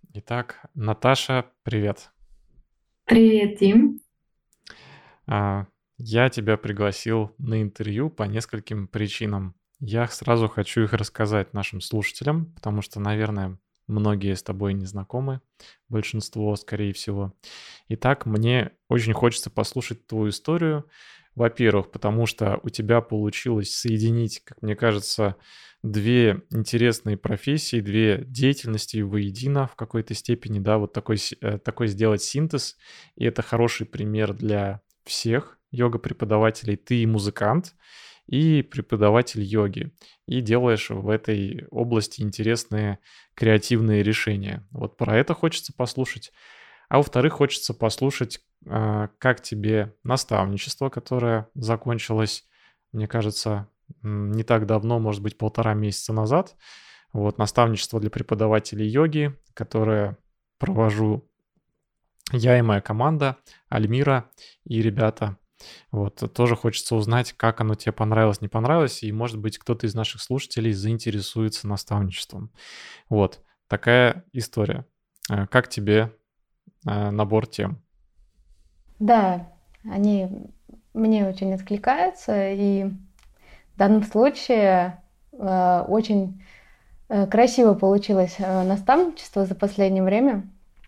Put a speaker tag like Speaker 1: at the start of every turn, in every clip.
Speaker 1: Итак, Наташа, привет.
Speaker 2: Привет, Дим.
Speaker 1: А, Я тебя пригласил на интервью по нескольким причинам. Я сразу хочу их рассказать нашим слушателям, потому что, наверное, многие с тобой не знакомы, большинство, скорее всего. Итак, мне очень хочется послушать твою историю. Во-первых, потому что у тебя получилось соединить, как мне кажется, две интересные профессии, две деятельности воедино в какой-то степени, да, вот такой сделать синтез. И это хороший пример для всех йога-преподавателей. Ты и музыкант, и преподаватель йоги. И делаешь в этой области интересные креативные решения. Вот про это хочется послушать. А во-вторых, хочется послушать, как тебе наставничество, которое закончилось, мне кажется, не так давно, может быть, 1,5 месяца назад. Вот наставничество для преподавателей йоги, которое провожу я и моя команда, Альмира и ребята. Вот тоже хочется узнать, как оно тебе понравилось, не понравилось, и, может быть, кто-то из наших слушателей заинтересуется наставничеством. Вот такая история. Как тебе набор тем?
Speaker 2: Да, они мне очень откликаются, и в данном случае очень красиво получилось наставничество за последнее время.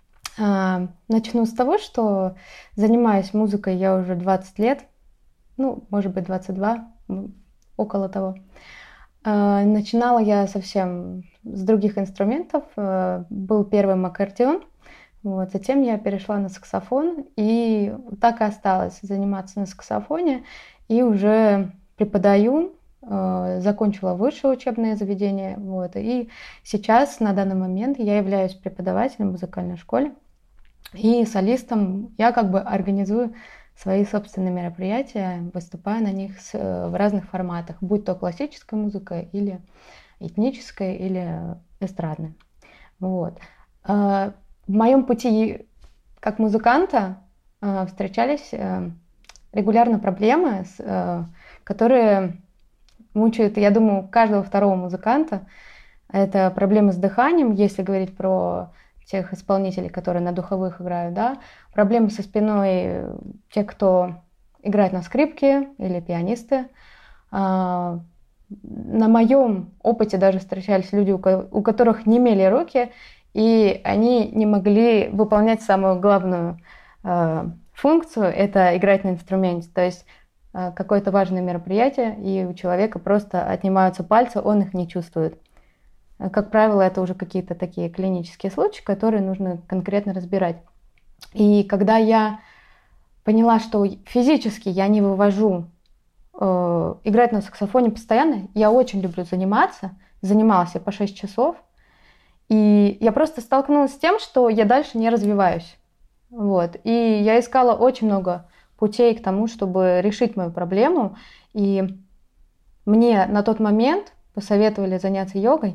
Speaker 2: Начну с того, что занимаюсь музыкой я уже 20 лет, ну, может быть, 22, около того. Начинала я совсем с других инструментов. Был первым аккордеон. Вот. Затем я перешла на саксофон и так и осталась заниматься на саксофоне. И уже преподаю, закончила высшее учебное заведение. Вот. И сейчас, на данный момент, я являюсь преподавателем в музыкальной школе. И солистом я как бы организую свои собственные мероприятия, выступая на них в разных форматах, будь то классическая музыка или этническая, или эстрадная. Вот. В моем пути как музыканта встречались регулярно проблемы, которые мучают, я думаю, каждого второго музыканта. Это проблемы с дыханием, если говорить про тех исполнителей, которые на духовых играют, да, проблемы со спиной тех, кто играет на скрипке или пианисты. На моем опыте даже встречались люди, у которых не имели руки, и они не могли выполнять самую главную функцию – это играть на инструменте. То есть какое-то важное мероприятие, и у человека просто отнимаются пальцы, он их не чувствует. Как правило, это уже какие-то такие клинические случаи, которые нужно конкретно разбирать. И когда я поняла, что физически я не вывожу играть на саксофоне постоянно, я очень люблю заниматься, занималась я по 6 часов, и я просто столкнулась с тем, что я дальше не развиваюсь. Вот. И я искала очень много путей к тому, чтобы решить мою проблему. И мне на тот момент посоветовали заняться йогой.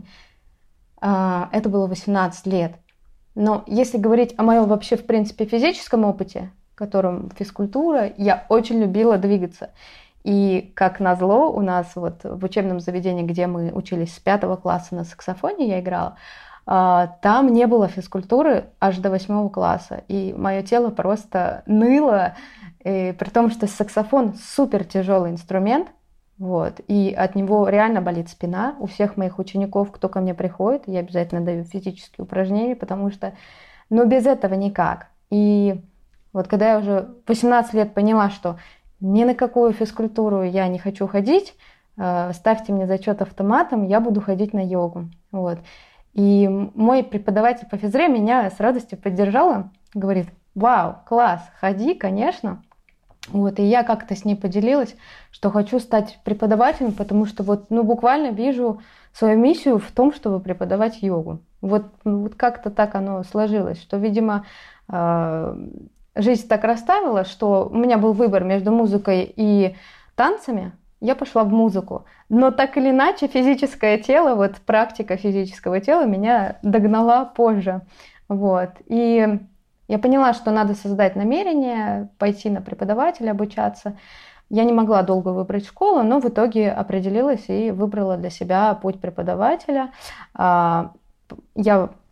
Speaker 2: Это было 18 лет. Но если говорить о моем вообще, в принципе, физическом опыте, которым физкультура, я очень любила двигаться. И как назло, у нас вот в учебном заведении, где мы учились с 5 класса на саксофоне, я играла, там не было физкультуры аж до 8 класса. И мое тело просто ныло, и при том, что саксофон супер тяжелый инструмент, вот, и от него реально болит спина. У всех моих учеников, кто ко мне приходит, я обязательно даю физические упражнения, потому что, ну, без этого никак. И вот когда я уже 18 лет поняла, что ни на какую физкультуру я не хочу ходить, ставьте мне зачет автоматом, я буду ходить на йогу. Вот. И мой преподаватель по физре меня с радостью поддержала, говорит: вау, класс, ходи, конечно. Вот, и я как-то с ней поделилась, что хочу стать преподавателем, потому что вот, ну, буквально вижу свою миссию в том, чтобы преподавать йогу. Вот, вот как-то так оно сложилось, что, видимо, жизнь так расставила, что у меня был выбор между музыкой и танцами, я пошла в музыку. Но так или иначе физическое тело, вот практика физического тела меня догнала позже. Вот. И я поняла, что надо создать намерение, пойти на преподавателя, обучаться. Я не могла долго выбрать школу, но в итоге определилась и выбрала для себя путь преподавателя. Я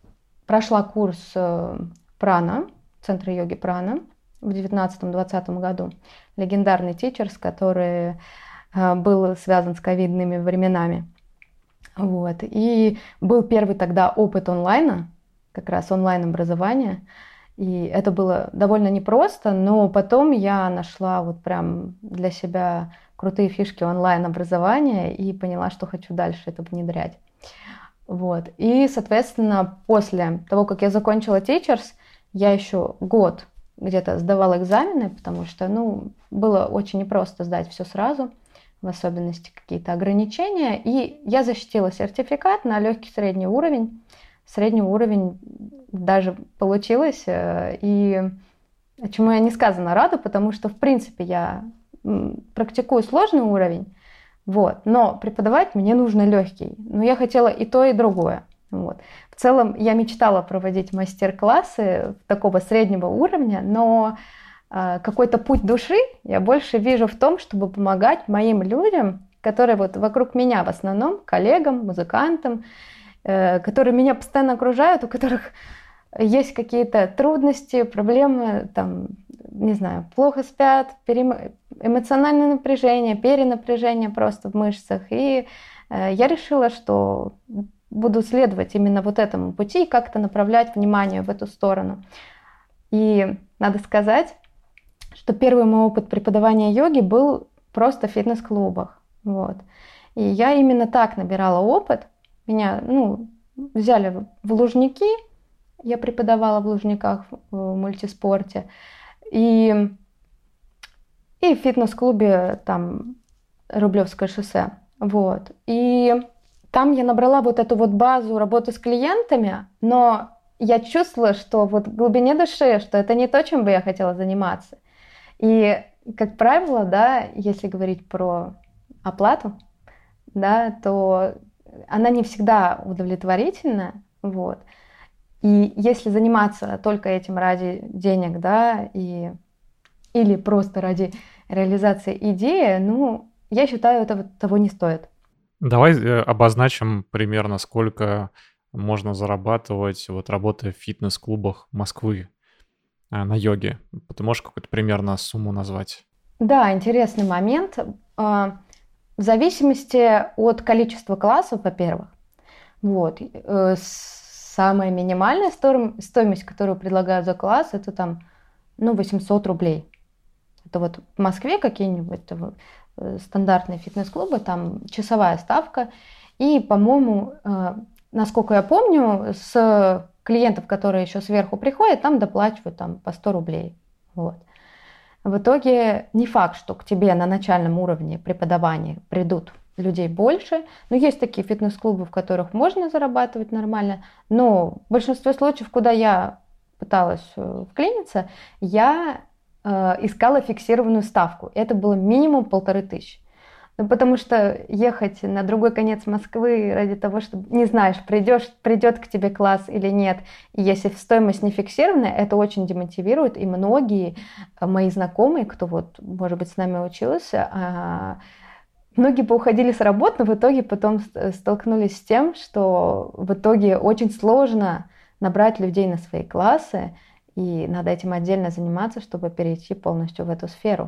Speaker 2: прошла курс Прана, Центра йоги Прана в 19-20 году. Легендарный тичерс, который был связан с ковидными временами. Вот. И был первый тогда опыт онлайна, как раз онлайн-образования. И это было довольно непросто, но потом я нашла вот прям для себя крутые фишки онлайн-образования и поняла, что хочу дальше это внедрять. Вот. И, соответственно, после того, как я закончила Teachers, я еще год где-то сдавала экзамены, потому что, было очень непросто сдать все сразу, в особенности какие-то ограничения. И я защитила сертификат на легкий средний уровень. Средний уровень даже получилось, и чему я несказанно рада, потому что, в принципе, я практикую сложный уровень, вот, но преподавать мне нужно легкий. Но я хотела и то, и другое. Вот. В целом я мечтала проводить мастер-классы такого среднего уровня, но какой-то путь души я больше вижу в том, чтобы помогать моим людям, которые вот вокруг меня в основном, коллегам, музыкантам, которые меня постоянно окружают, у которых есть какие-то трудности, проблемы, там, не знаю, плохо спят, эмоциональное напряжение, перенапряжение просто в мышцах. И я решила, что буду следовать именно вот этому пути и как-то направлять внимание в эту сторону. И надо сказать, что первый мой опыт преподавания йоги был просто в фитнес-клубах. Вот. И я именно так набирала опыт. Меня взяли в Лужники, я преподавала в Лужниках в мультиспорте, и в фитнес-клубе там Рублевское шоссе. Вот. И там я набрала вот эту вот базу работы с клиентами, но я чувствовала, что вот в глубине души, что это не то, чем бы я хотела заниматься. И, как правило, да, если говорить про оплату, да, то она не всегда удовлетворительна, вот. И если заниматься только этим ради денег, да, или просто ради реализации идеи, я считаю, это того не стоит.
Speaker 1: Давай обозначим примерно, сколько можно зарабатывать, вот работая в фитнес-клубах Москвы на йоге. Ты можешь какую-то примерно сумму назвать?
Speaker 2: Да, интересный момент. В зависимости от количества классов, во-первых, вот, самая минимальная стоимость, которую предлагают за класс, это там, 800 рублей. Это вот в Москве какие-нибудь стандартные фитнес-клубы, там часовая ставка. И, по-моему, насколько я помню, с клиентов, которые еще сверху приходят, там доплачивают там, по 100 рублей. Вот. В итоге не факт, что к тебе на начальном уровне преподавания придут людей больше. Но есть такие фитнес-клубы, в которых можно зарабатывать нормально. Но в большинстве случаев, куда я пыталась вклиниться, я искала фиксированную ставку. Это было минимум 1500. Потому что ехать на другой конец Москвы ради того, чтобы не знаешь, придет к тебе класс или нет, и если стоимость не фиксированная, это очень демотивирует. И многие мои знакомые, кто вот, может быть, с нами учился, многие поуходили с работы, но в итоге потом столкнулись с тем, что в итоге очень сложно набрать людей на свои классы, и надо этим отдельно заниматься, чтобы перейти полностью в эту сферу.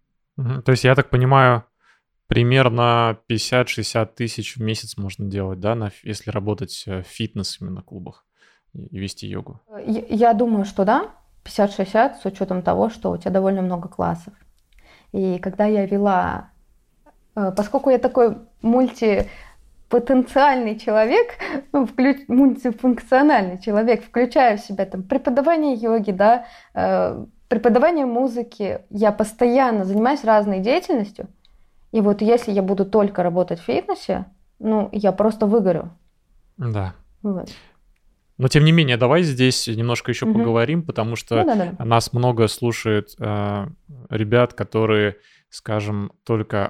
Speaker 1: То есть, я так понимаю, примерно 50-60 тысяч в месяц можно делать, да, если работать в фитнес именно клубах и вести йогу?
Speaker 2: Я думаю, что да, 50-60, с учетом того, что у тебя довольно много классов. И когда я вела, поскольку я такой мультипотенциальный человек, мультифункциональный человек, включая в себя там преподавание йоги, да, преподавание музыки, я постоянно занимаюсь разной деятельностью. И вот если я буду только работать в фитнесе, я просто выгорю.
Speaker 1: Да.
Speaker 2: Вот.
Speaker 1: Но тем не менее, давай здесь немножко еще поговорим, потому что нас много слушает ребят, которые, скажем, только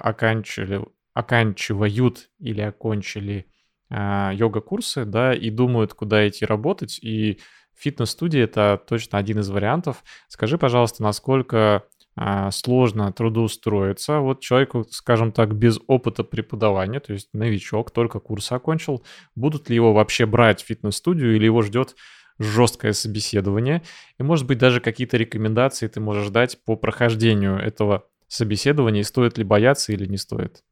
Speaker 1: оканчивают или окончили йога-курсы, да, и думают, куда идти работать. И фитнес-студия — это точно один из вариантов. Скажи, пожалуйста, насколько сложно трудоустроиться вот человеку, скажем так, без опыта преподавания, то есть новичок, только курсы окончил, будут ли его вообще брать в фитнес-студию или его ждет жесткое собеседование, и, может быть, даже какие-то рекомендации ты можешь дать по прохождению этого собеседования, и стоит ли бояться или не стоит?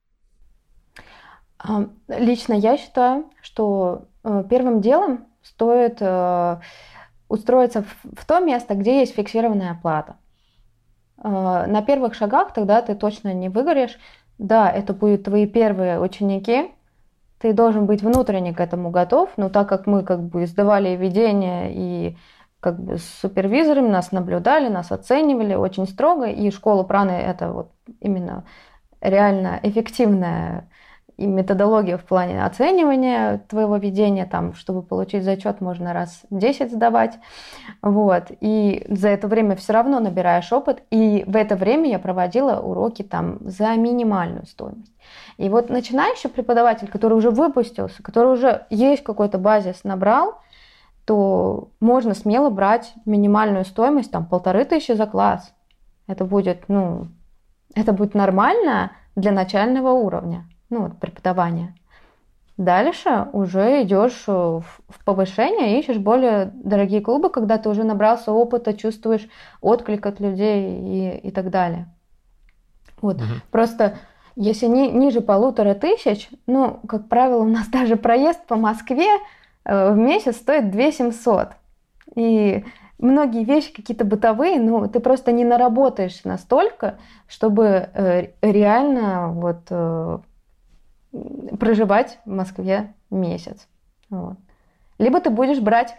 Speaker 2: Лично я считаю, что первым делом стоит устроиться в то место, где есть фиксированная оплата. На первых шагах тогда ты точно не выгоришь. Да, это будут твои первые ученики, ты должен быть внутренне к этому готов, но так как мы как бы сдавали ведение и как бы с супервизорами нас наблюдали, нас оценивали очень строго, и школа праны это вот именно реально эффективная и методология в плане оценивания твоего ведения, там, чтобы получить зачет, можно раз 10 сдавать, вот, и за это время все равно набираешь опыт, и в это время я проводила уроки там за минимальную стоимость. И вот начинающий преподаватель, который уже выпустился, который уже есть какой-то базис набрал, то можно смело брать минимальную стоимость, там, 1500 за класс. Это будет нормально для начального уровня, преподавания. Дальше уже идешь в повышение, ищешь более дорогие клубы, когда ты уже набрался опыта, чувствуешь отклик от людей и так далее. Вот. Просто если ниже 1500, как правило, у нас даже проезд по Москве в месяц стоит 2700. И многие вещи какие-то бытовые, ты просто не наработаешься настолько, чтобы реально проживать в Москве месяц. Вот. Либо ты будешь брать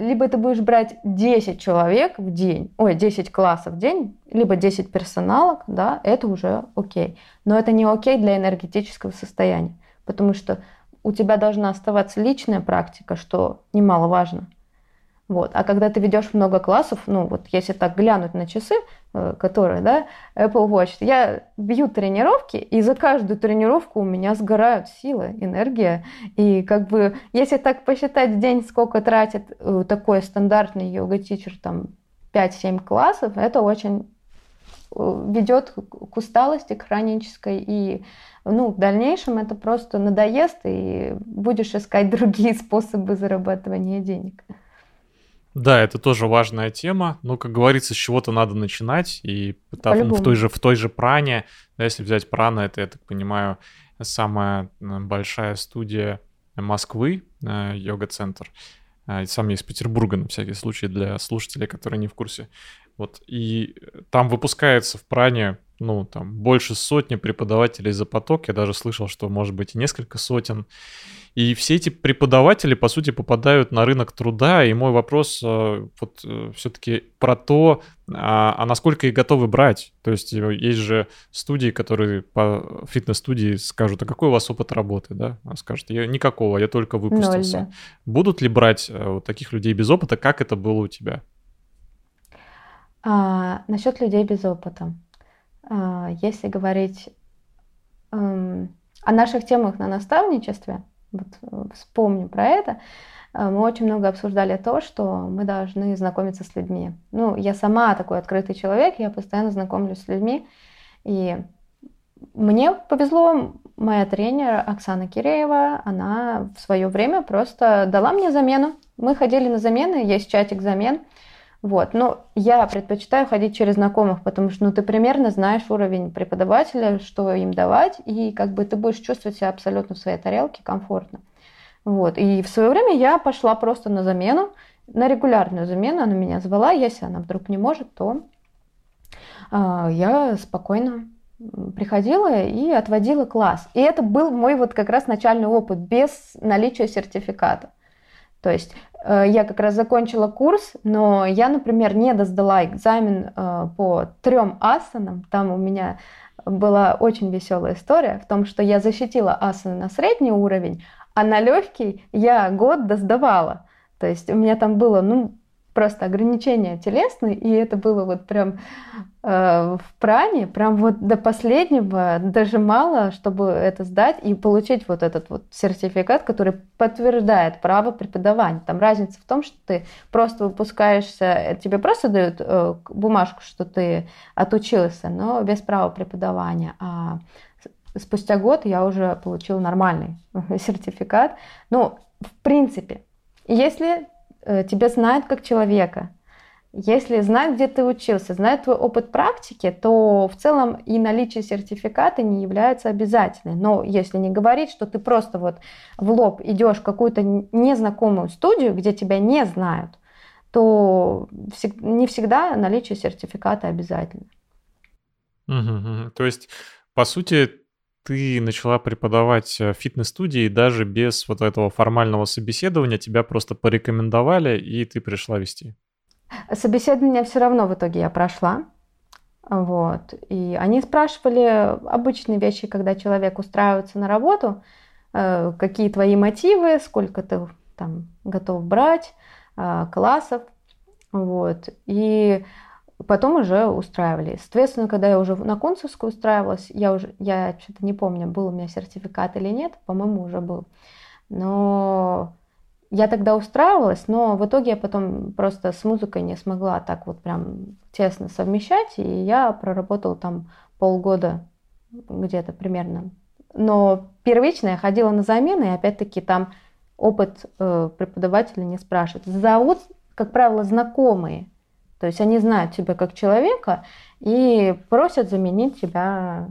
Speaker 2: 10 человек в день, 10 классов в день, либо 10 персоналок, да, это уже окей. Но это не окей для энергетического состояния, потому что у тебя должна оставаться личная практика, что немаловажно. Вот. А когда ты ведешь много классов, если так глянуть на часы, которые, да, Apple Watch, я бью тренировки, и за каждую тренировку у меня сгорают силы, энергия. И если так посчитать в день, сколько тратит такой стандартный йога-тичер, там 5-7 классов, это очень ведет к усталости, к хронической, и в дальнейшем это просто надоест, и будешь искать другие способы зарабатывания денег.
Speaker 1: Да, это тоже важная тема. Как говорится, с чего-то надо начинать. И в той же пране, да, если взять прана, это, я так понимаю, самая большая студия Москвы, йога-центр. Сам я из Петербурга, на всякий случай, для слушателей, которые не в курсе. Вот. И там выпускается в пране, там больше сотни преподавателей за поток. Я даже слышал, что может быть и несколько сотен. И все эти преподаватели, по сути, попадают на рынок труда. И мой вопрос все-таки про то, насколько их готовы брать. То есть же студии, которые по фитнес-студии скажут, а какой у вас опыт работы, да? Скажут, никакого, я только выпустился.
Speaker 2: 0, да.
Speaker 1: Будут ли брать таких людей без опыта? Как это было у тебя?
Speaker 2: Насчет людей без опыта. Если говорить о наших темах на наставничестве, вспомню про это, мы очень много обсуждали то, что мы должны знакомиться с людьми. Я сама такой открытый человек, я постоянно знакомлюсь с людьми. И мне повезло, моя тренер Оксана Киреева, она в свое время просто дала мне замену. Мы ходили на замены, есть чатик замен. Вот. Но я предпочитаю ходить через знакомых, потому что ты примерно знаешь уровень преподавателя, что им давать, и ты будешь чувствовать себя абсолютно в своей тарелке комфортно. Вот. И в свое время я пошла просто на замену, на регулярную замену. Она меня звала, если она вдруг не может, то я спокойно приходила и отводила класс. И это был мой как раз начальный опыт без наличия сертификата. То есть я как раз закончила курс, но я, например, не досдала экзамен по 3 асанам. Там у меня была очень веселая история в том, что я защитила асаны на средний уровень, а на легкий я год досдавала. То есть у меня там было, просто ограничения телесные, и это было прям в пране, прям до последнего дожимала, чтобы это сдать и получить этот сертификат, который подтверждает право преподавания. Там разница в том, что ты просто выпускаешься, тебе просто дают бумажку, что ты отучился, но без права преподавания. А спустя год я уже получила нормальный сертификат. В принципе, если тебя знают как человека. Если знают, где ты учился, знают твой опыт практики, то в целом и наличие сертификата не является обязательным. Но если не говорить, что ты просто вот в лоб идешь в какую-то незнакомую студию, где тебя не знают, то не всегда наличие сертификата обязательно.
Speaker 1: То есть, по сути, ты начала преподавать в фитнес-студии даже без вот этого формального собеседования, тебя просто порекомендовали, и ты пришла вести.
Speaker 2: Собеседование все равно в итоге я прошла. Вот. И они спрашивали обычные вещи, когда человек устраивается на работу, какие твои мотивы, сколько ты там готов брать, классов. Вот. И потом уже устраивали. Соответственно, когда я уже на консульскую устраивалась, я что-то не помню, был у меня сертификат или нет, по-моему, уже был. Но я тогда устраивалась, но в итоге я потом просто с музыкой не смогла так вот прям тесно совмещать, и я проработала там полгода где-то примерно. Но первично я ходила на замены, и опять-таки там опыт преподавателя не спрашивают. Зовут, как правило, знакомые. То есть они знают тебя как человека и просят заменить тебя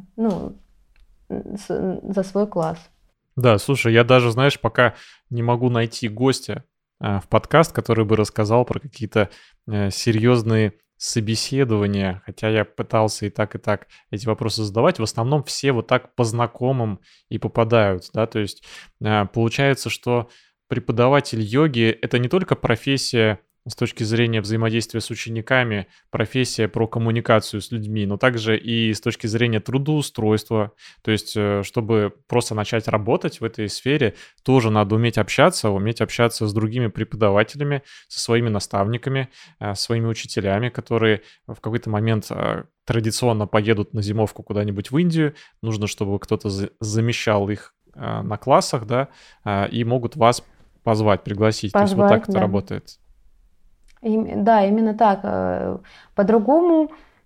Speaker 2: за свой класс.
Speaker 1: Да, слушай, я даже, знаешь, пока не могу найти гостя в подкаст, который бы рассказал про какие-то серьезные собеседования, хотя я пытался и так эти вопросы задавать, в основном все вот так по знакомым и попадают, да, то есть получается, что преподаватель йоги — это не только профессия с точки зрения взаимодействия с учениками, профессия про коммуникацию с людьми, но также и с точки зрения трудоустройства. То есть, чтобы просто начать работать в этой сфере, тоже надо уметь общаться с другими преподавателями, со своими наставниками, своими учителями, которые в какой-то момент традиционно поедут на зимовку куда-нибудь в Индию. Нужно, чтобы кто-то замещал их на классах, да, и могут вас пригласить. То есть вот так это работает.
Speaker 2: Да, именно так. По-другому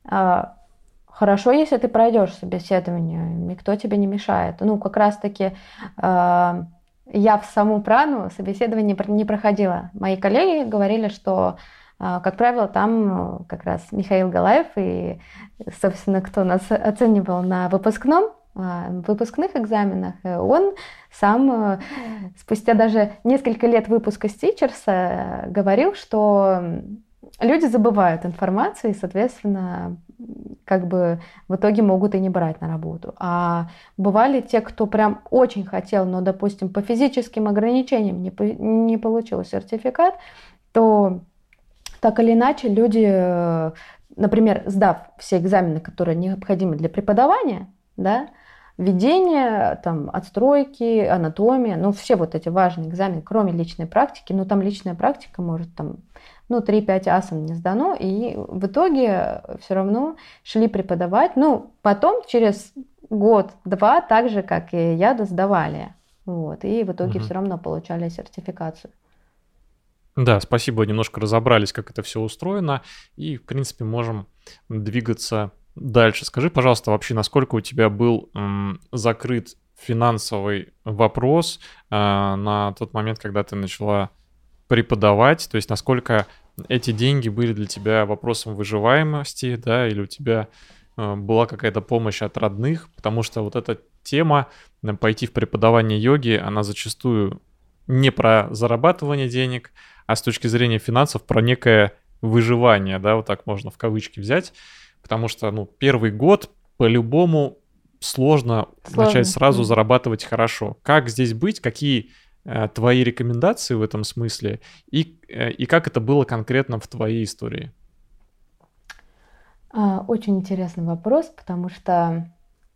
Speaker 2: хорошо, если ты пройдешь собеседование, никто тебе не мешает. Ну, как раз-таки я в саму прану собеседование не проходила. Мои коллеги говорили, что, как правило, там как раз Михаил Галаев и, собственно, кто нас оценивал на выпускных экзаменах, он сам спустя даже несколько лет выпуска Стичерса говорил, что люди забывают информацию и, соответственно, как бы в итоге могут и не брать на работу. А бывали те, кто прям очень хотел, но, допустим, по физическим ограничениям не получил сертификат, то так или иначе люди, например, сдав все экзамены, которые необходимы для преподавания, да, введение, там, отстройки, анатомия, ну, все вот эти важные экзамены, кроме личной практики, но там личная практика может там, 3-5 асан не сдано, и в итоге все равно шли преподавать, потом через год-два, так же, как и я, сдавали, вот, и в итоге все равно получали сертификацию.
Speaker 1: Да, спасибо, немножко разобрались, как это все устроено, и, в принципе, можем двигаться дальше. Скажи, пожалуйста, вообще, насколько у тебя был закрыт финансовый вопрос на тот момент, когда ты начала преподавать, то есть насколько эти деньги были для тебя вопросом выживаемости, да, или у тебя была какая-то помощь от родных, потому что вот эта тема пойти в преподавание йоги, она зачастую не про зарабатывание денег, а с точки зрения финансов про некое выживание, да, вот так можно в кавычки взять, потому что, первый год по-любому сложно начать сразу зарабатывать хорошо. Как здесь быть, какие твои рекомендации в этом смысле и как это было конкретно в твоей истории?
Speaker 2: Очень интересный вопрос, потому что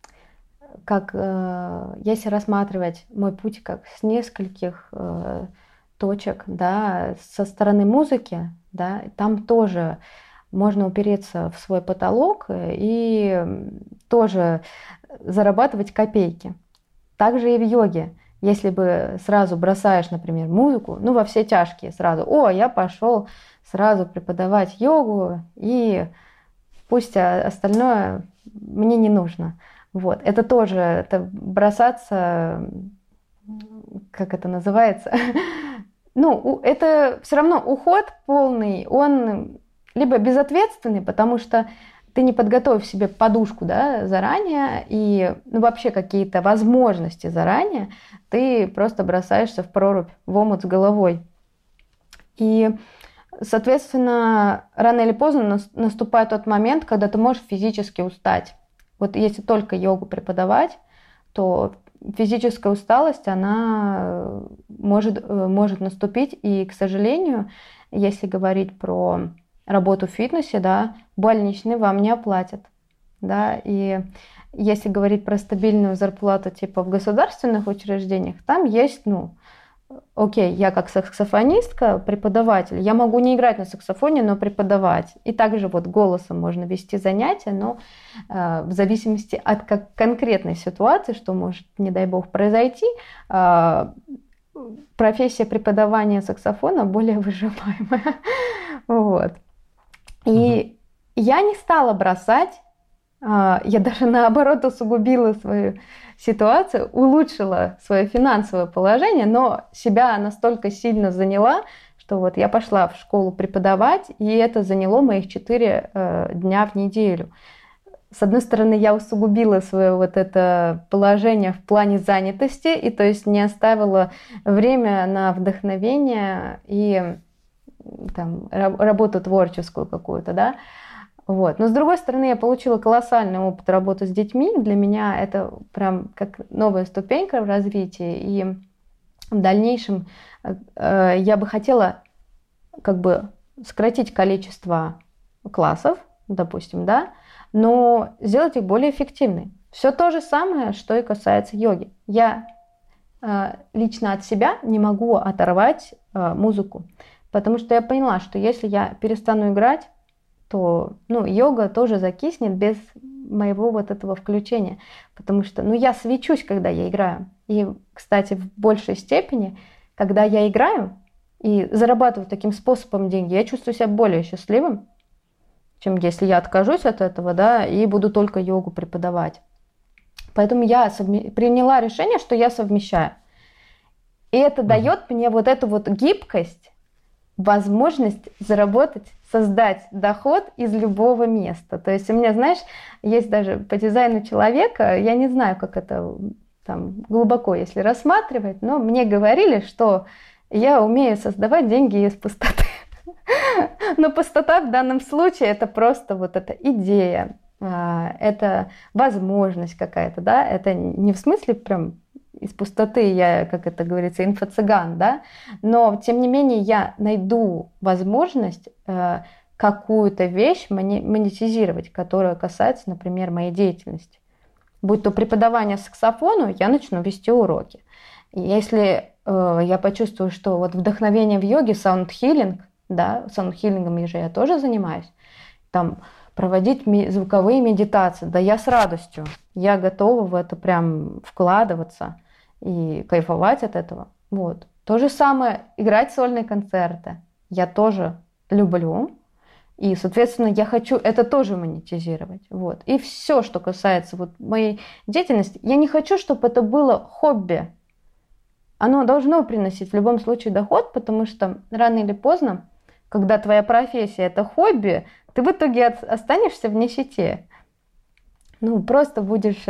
Speaker 2: если рассматривать мой путь как с нескольких точек, да, со стороны музыки, да, там тоже можно упереться в свой потолок и тоже зарабатывать копейки. Также и в йоге. Если бы сразу бросаешь, например, музыку, во все тяжкие сразу, я пошел сразу преподавать йогу, и пусть остальное мне не нужно. Вот. Это тоже бросаться, как это называется, Ну, это все равно уход полный, он либо безответственный, потому что ты не подготовив себе подушку, да, заранее и ну, вообще какие-то возможности заранее, ты просто бросаешься в прорубь, в омут с головой. И, соответственно, рано или поздно наступает тот момент, когда ты можешь физически устать. Вот если только йогу преподавать, то физическая усталость, она может наступить. И, к сожалению, если говорить про работу в фитнесе, да, больничный вам не оплатят. Да, и если говорить про стабильную зарплату типа в государственных учреждениях, там есть, ну, окей, я как саксофонистка, преподаватель, я могу не играть на саксофоне, но преподавать. И также вот голосом можно вести занятия, но в зависимости от конкретной ситуации, что может, не дай бог, произойти, профессия преподавания саксофона более выживаемая. Вот. И я не стала бросать, я даже наоборот усугубила свою ситуацию, улучшила свое финансовое положение, но себя настолько сильно заняла, что вот я пошла в школу преподавать, и это заняло моих 4 дня в неделю. С одной стороны, я усугубила свое вот это положение в плане занятости, и то есть не оставила время на вдохновение и там, работу творческую какую-то, да. Вот. Но с другой стороны, я получила колоссальный опыт работы с детьми. Для меня это прям как новая ступенька в развитии. И в дальнейшем я бы хотела как бы сократить количество классов, допустим, да, но сделать их более эффективными. Все то же самое, что и касается йоги. Я лично от себя не могу оторвать музыку, потому что я поняла, что если я перестану играть, то ну, йога тоже закиснет без моего вот этого включения. Потому что ну, я свечусь, когда я играю. И, кстати, в большей степени, когда я играю и зарабатываю таким способом деньги, я чувствую себя более счастливым, чем если я откажусь от этого, да, и буду только йогу преподавать. Поэтому я приняла решение, что я совмещаю. И это дает мне вот эту вот гибкость, возможность заработать, создать доход из любого места. То есть у меня, знаешь, есть даже по дизайну человека, я не знаю, как это там глубоко, если рассматривать, но мне говорили, что я умею создавать деньги из пустоты. Но пустота в данном случае это просто вот эта идея, это возможность какая-то, да, это не в смысле прям из пустоты я, как это говорится, инфо-цыган, да, но тем не менее я найду возможность какую-то вещь монетизировать, которая касается, например, моей деятельности. Будь то преподавание саксофону, я начну вести уроки. И если я почувствую, что вот вдохновение в йоге, саунд-хиллинг, да, саунд-хиллингом же я тоже занимаюсь, там проводить звуковые медитации, да я с радостью, я готова в это прям вкладываться и кайфовать от этого. Вот. То же самое, играть сольные концерты я тоже люблю, и, соответственно, я хочу это тоже монетизировать. Вот. И все, что касается вот моей деятельности, я не хочу, чтобы это было хобби. Оно должно приносить в любом случае доход, потому что рано или поздно, когда твоя профессия – это хобби, ты в итоге останешься в нищете. Ну, просто будешь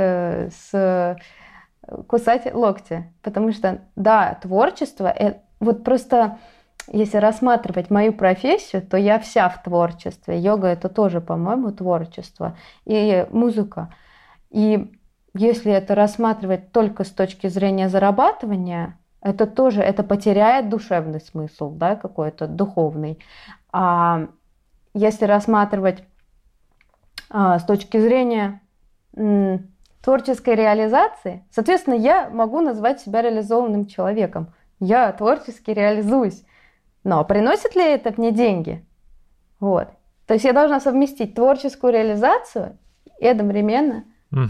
Speaker 2: кусать локти. Потому что, да, творчество, вот просто, если рассматривать мою профессию, то я вся в творчестве. Йога – это тоже, по-моему, творчество. И музыка. И если это рассматривать только с точки зрения зарабатывания, это тоже, это потеряет душевный смысл, да, какой-то духовный. А если рассматривать с точки зрения творческой реализации, соответственно, я могу назвать себя реализованным человеком. Я творчески реализуюсь. Но приносит ли это мне деньги? Вот. То есть я должна совместить творческую реализацию и одновременно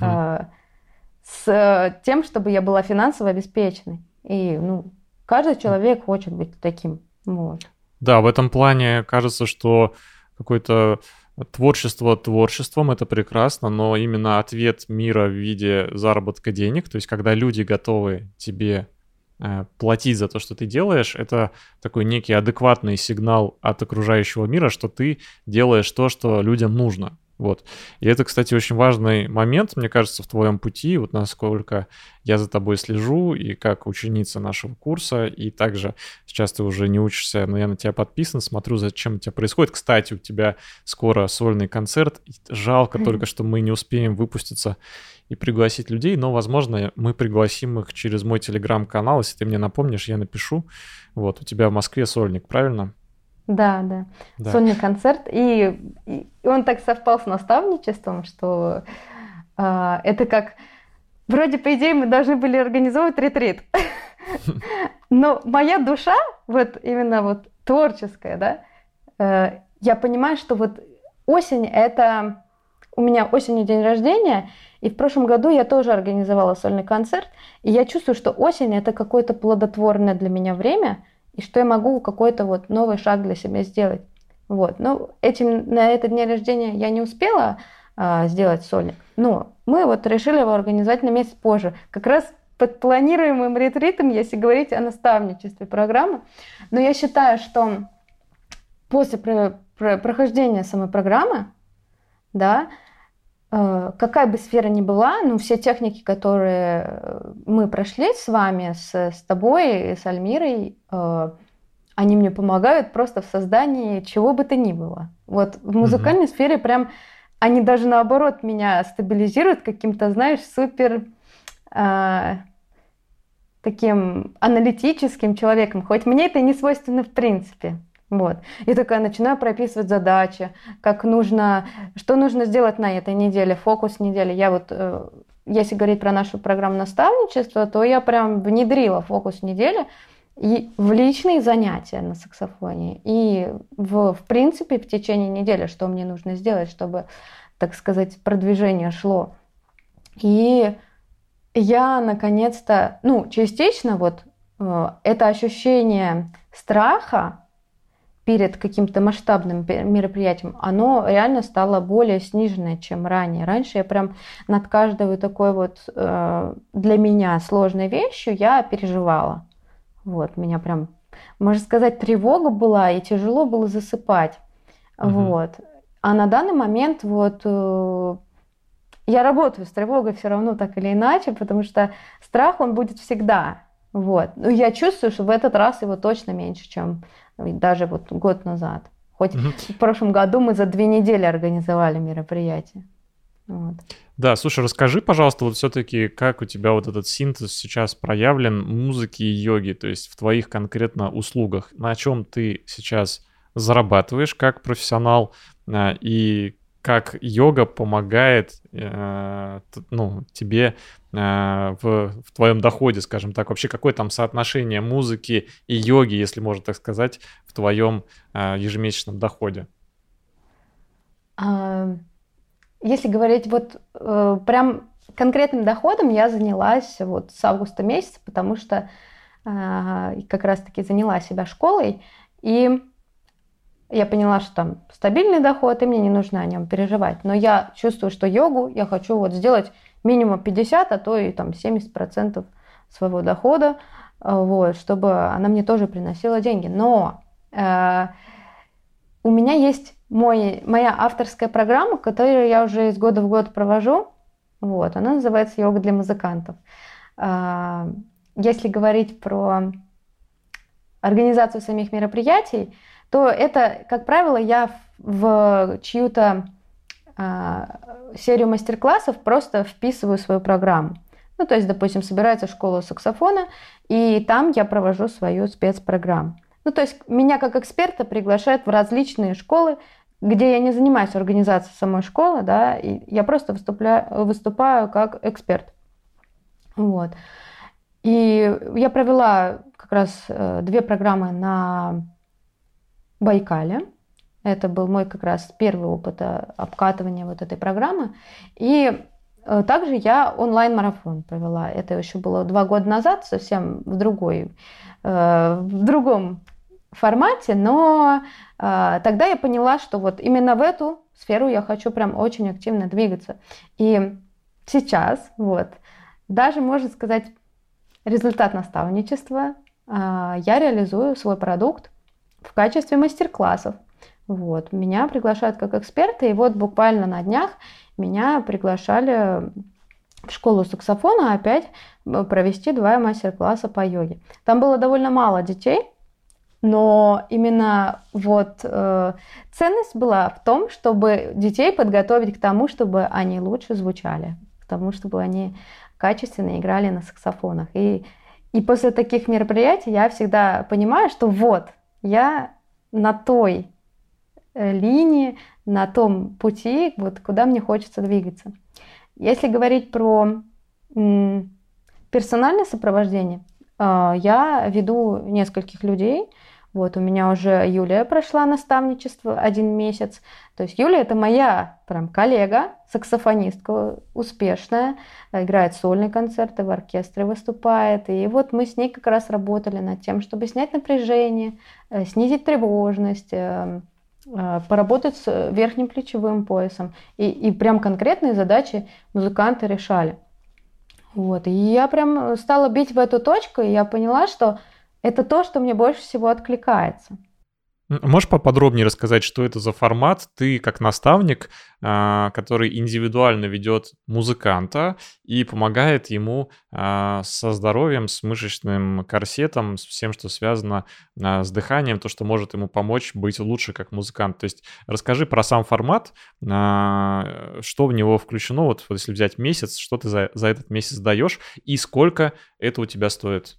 Speaker 2: с тем, чтобы я была финансово обеспеченной. И ну, каждый человек хочет быть таким. Вот.
Speaker 1: Да, в этом плане кажется, что какое-то творчество творчеством, это прекрасно, но именно ответ мира в виде заработка денег, то есть когда люди готовы тебе платить за то, что ты делаешь, это такой некий адекватный сигнал от окружающего мира, что ты делаешь то, что людям нужно. Вот. И это, кстати, очень важный момент, мне кажется, в твоем пути, вот насколько я за тобой слежу, и как ученица нашего курса, и также сейчас ты уже не учишься, но я на тебя подписан, смотрю, зачем у тебя происходит. Кстати, у тебя скоро сольный концерт, жалко только, что мы не успеем выпуститься и пригласить людей, но, возможно, мы пригласим их через мой телеграм-канал, если ты мне напомнишь, я напишу. Вот, у тебя в Москве сольник, правильно?
Speaker 2: Да. Сольный концерт. И он так совпал с наставничеством, что это как... Вроде, по идее, мы должны были организовывать ретрит. Но моя душа, вот именно вот творческая, да, я понимаю, что вот осень — это... У меня осенью день рождения, и в прошлом году я тоже организовала сольный концерт, и я чувствую, что осень — это какое-то плодотворное для меня время, и что я могу какой-то вот новый шаг для себя сделать. Вот. Ну, на этот день рождения я не успела сделать сольник, но мы вот решили его организовать на месяц позже. Как раз под планируемым ретритом, если говорить о наставничестве программы. Но я считаю, что после прохождения самой программы, да, какая бы сфера ни была, ну, все техники, которые мы прошли с вами, с тобой, с Альмирой, они мне помогают просто в создании чего бы то ни было. Вот в музыкальной сфере прям они даже наоборот меня стабилизируют каким-то, знаешь, супер таким аналитическим человеком, хоть мне это не свойственно в принципе. Вот. И такая начинаю прописывать задачи, что нужно сделать на этой неделе, фокус недели. Я вот, если говорить про нашу программу наставничества, то я прям внедрила фокус недели и в личные занятия на саксофоне, и в принципе в течение недели, что мне нужно сделать, чтобы, так сказать, продвижение шло. И я наконец-то, частично вот это ощущение страха перед каким-то масштабным мероприятием, оно реально стало более сниженное, чем ранее. Раньше я прям над каждой вот такой вот для меня сложной вещью я переживала. Вот, меня прям, можно сказать, тревога была, и тяжело было засыпать. Вот. А на данный момент вот я работаю с тревогой все равно так или иначе, потому что страх, он будет всегда. Вот. Но я чувствую, что в этот раз его точно меньше, чем даже вот год назад. Хоть в прошлом году мы за 2 недели организовали мероприятие. Вот.
Speaker 1: Да, слушай, расскажи, пожалуйста, вот все-таки, как у тебя вот этот синтез сейчас проявлен музыки и йоги, то есть в твоих конкретно услугах, на чем ты сейчас зарабатываешь как профессионал, и как йога помогает тебе в твоем доходе, скажем так. Вообще, какое там соотношение музыки и йоги, если можно так сказать, в твоем ежемесячном доходе?
Speaker 2: Если говорить вот прям конкретным доходом, я занялась вот с августа месяца, потому что как раз-таки заняла себя школой, и я поняла, что там стабильный доход, и мне не нужно о нем переживать. Но я чувствую, что йогу я хочу вот сделать минимум 50, а то и там 70% своего дохода, вот, чтобы она мне тоже приносила деньги. Но у меня есть моя авторская программа, которую я уже из года в год провожу. Вот, она называется «Йога для музыкантов». Если говорить про организацию самих мероприятий, то это, как правило, я в чью-то серию мастер-классов просто вписываю свою программу. Ну, то есть, допустим, собирается школа саксофона, и там я провожу свою спецпрограмму. Ну, то есть, меня как эксперта приглашают в различные школы, где я не занимаюсь организацией самой школы, да, и я просто выступаю как эксперт. Вот. И я провела как раз 2 программы на Байкале. Это был мой как раз первый опыт обкатывания вот этой программы. И также я онлайн-марафон провела. Это еще было 2 года назад, совсем в другом формате, но тогда я поняла, что вот именно в эту сферу я хочу прям очень активно двигаться. И сейчас, вот, даже, можно сказать, результат наставничества я реализую свой продукт в качестве мастер-классов. Вот. Меня приглашают как эксперта, и вот буквально на днях меня приглашали в школу саксофона опять провести 2 мастер-класса по йоге. Там было довольно мало детей, но именно ценность была в том, чтобы детей подготовить к тому, чтобы они лучше звучали, к тому, чтобы они качественно играли на саксофонах. И после таких мероприятий я всегда понимаю, что вот, я на той линии, на том пути, вот куда мне хочется двигаться. Если говорить про персональное сопровождение, я веду нескольких людей. Вот у меня уже Юлия прошла наставничество 1 месяц. То есть Юлия — это моя прям коллега, саксофонистка успешная, играет сольные концерты, в оркестре выступает. И вот мы с ней как раз работали над тем, чтобы снять напряжение, снизить тревожность, поработать с верхним плечевым поясом. И прям конкретные задачи музыканты решали. Вот. И я прям стала бить в эту точку, и я поняла, что это то, что мне больше всего откликается.
Speaker 1: Можешь поподробнее рассказать, что это за формат? Ты как наставник, который индивидуально ведет музыканта и помогает ему со здоровьем, с мышечным корсетом, с всем, что связано с дыханием, то, что может ему помочь быть лучше как музыкант. То есть расскажи про сам формат, что в него включено. Вот если взять месяц, что ты за этот месяц даешь и сколько это у тебя стоит?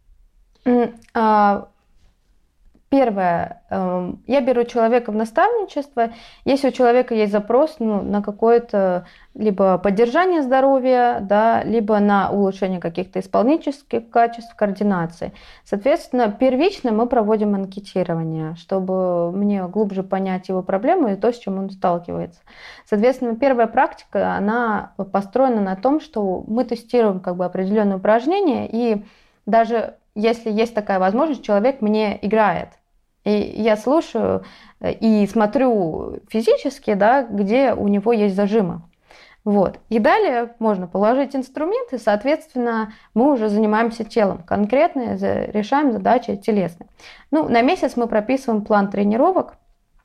Speaker 2: Первое, я беру человека в наставничество, если у человека есть запрос на какое-то либо поддержание здоровья, да, либо на улучшение каких-то исполнительских качеств, координации. Соответственно, первично мы проводим анкетирование, чтобы мне глубже понять его проблему и то, с чем он сталкивается. Соответственно, первая практика, она построена на том, что мы тестируем определенные упражнения, и даже если есть такая возможность, человек мне играет. И я слушаю и смотрю физически, да, где у него есть зажимы. Вот. И далее можно положить инструменты, соответственно, мы уже занимаемся телом, конкретно решаем задачи телесные. На месяц мы прописываем план тренировок.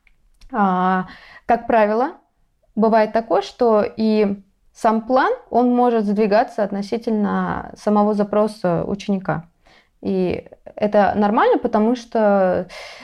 Speaker 2: Как правило, бывает такое, что и сам план, он может сдвигаться относительно самого запроса ученика. И это нормально, потому что,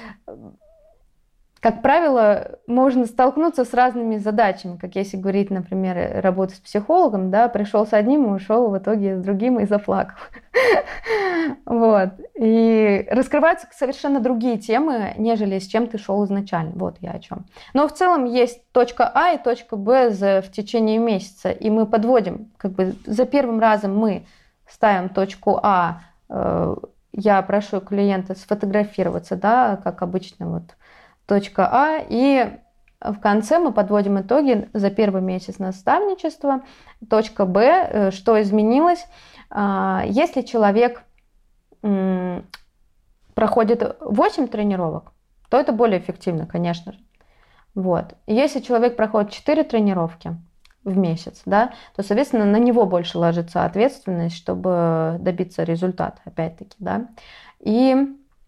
Speaker 2: как правило, можно столкнуться с разными задачами. Как если говорить, например, работа с психологом, да, пришел с одним и ушел в итоге с другим и заплакал. Вот. И раскрываются совершенно другие темы, нежели с чем ты шел изначально. Вот я о чем. Но в целом есть точка А и точка Б в течение месяца. И мы подводим, за первым разом мы ставим точку А. Я прошу клиента сфотографироваться, да, как обычно, точка А, и в конце мы подводим итоги за первый месяц наставничества. Точка Б, что изменилось. Если человек проходит 8 тренировок, то это более эффективно, конечно же. Вот. Если человек проходит 4 тренировки в месяц, да, то, соответственно, на него больше ложится ответственность, чтобы добиться результата, опять-таки, да. И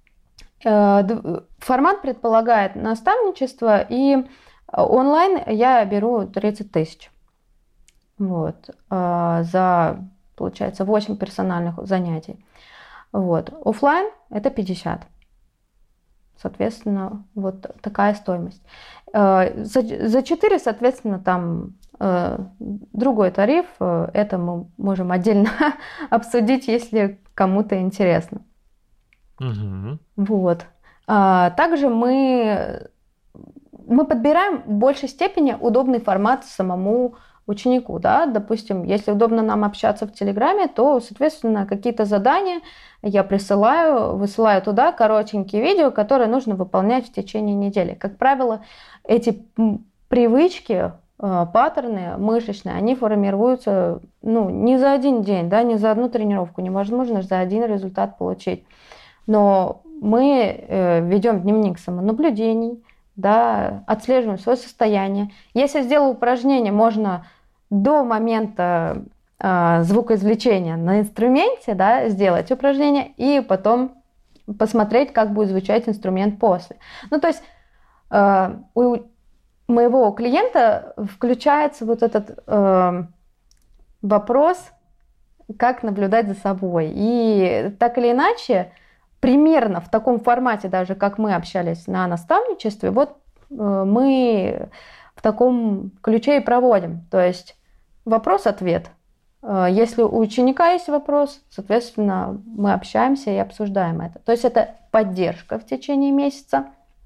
Speaker 2: формат предполагает наставничество, и онлайн я беру 30 тысяч. Вот, за, получается, 8 персональных занятий. Вот. Оффлайн это 50. Соответственно, вот такая стоимость. За 4, соответственно, там другой тариф, это мы можем отдельно обсудить, если кому-то интересно.
Speaker 1: Угу.
Speaker 2: Вот. Также мы подбираем в большей степени удобный формат самому ученику. Да? Допустим, если удобно нам общаться в Телеграме, то, соответственно, какие-то задания я высылаю туда коротенькие видео, которые нужно выполнять в течение недели. Как правило, эти привычки, паттерны мышечные, они формируются не за один день, да, не за одну тренировку, невозможно за один результат получить. Но мы ведем дневник самонаблюдений, да, отслеживаем свое состояние. Если сделал упражнение, можно до момента звукоизвлечения на инструменте, да, сделать упражнение и потом посмотреть, как будет звучать инструмент после. Ну, то есть у моего клиента включается вот этот вопрос, как наблюдать за собой. И так или иначе, примерно в таком формате, даже как мы общались на наставничестве, вот мы в таком ключе и проводим. То есть вопрос-ответ. Если у ученика есть вопрос, соответственно, мы общаемся и обсуждаем это. То есть это поддержка в течение месяца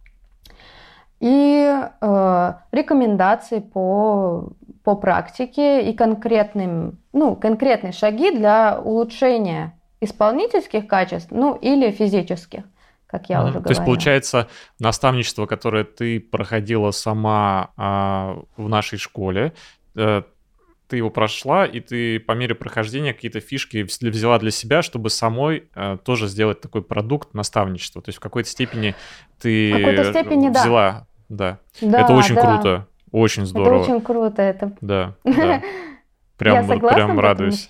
Speaker 2: и рекомендации по практике и конкретные шаги для улучшения исполнительских качеств, ну или физических, как я уже говорила.
Speaker 1: То есть, получается, наставничество, которое ты проходила сама в нашей школе, ты его прошла, и ты по мере прохождения какие-то фишки взяла для себя, чтобы самой тоже сделать такой продукт наставничества. То есть в какой-то степени ты взяла... Да. Это очень круто, очень здорово.
Speaker 2: Это очень круто.
Speaker 1: Да. Прям радуюсь.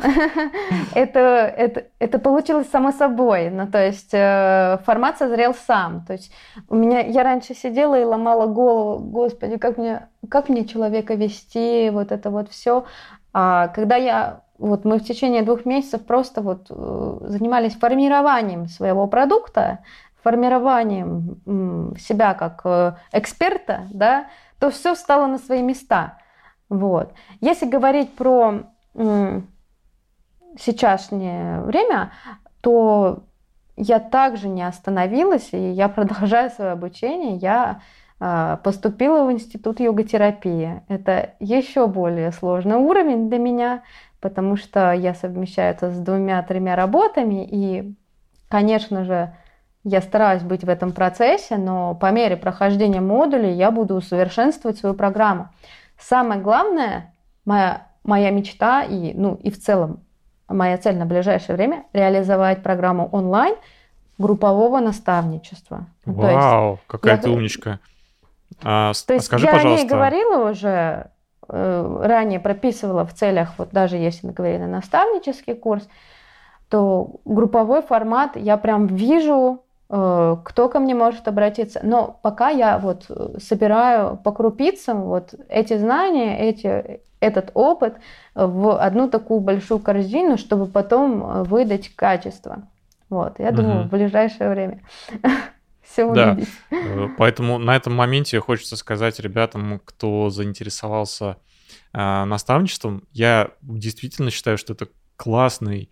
Speaker 2: Это получилось само собой. Ну, то есть формат созрел сам. То есть я раньше сидела и ломала голову, господи, как мне человека вести, вот это вот все. А когда мы в течение 2 месяцев просто занимались формированием своего продукта, формированием себя как эксперта, да, то все встало на свои места. Вот. Если говорить про сейчасшнее время, то я также не остановилась, и я продолжаю свое обучение. Я поступила в институт йога-терапии. Это еще более сложный уровень для меня, потому что я совмещаю это с 2-3 работами, и, конечно же, я стараюсь быть в этом процессе, но по мере прохождения модулей я буду усовершенствовать свою программу. Самое главное, моя мечта и в целом моя цель на ближайшее время — реализовать программу онлайн группового наставничества.
Speaker 1: Вау, какая ты умничка. Скажи,
Speaker 2: я
Speaker 1: пожалуйста...
Speaker 2: о ней говорила уже, ранее прописывала в целях, даже если мы говорили на наставнический курс, то групповой формат я прям вижу, кто ко мне может обратиться. Но пока я собираю по крупицам эти знания, этот опыт в одну такую большую корзину, чтобы потом выдать качество. Я думаю, в ближайшее время все увидеть.
Speaker 1: Поэтому на этом моменте хочется сказать ребятам, кто заинтересовался наставничеством, я действительно считаю, что это классный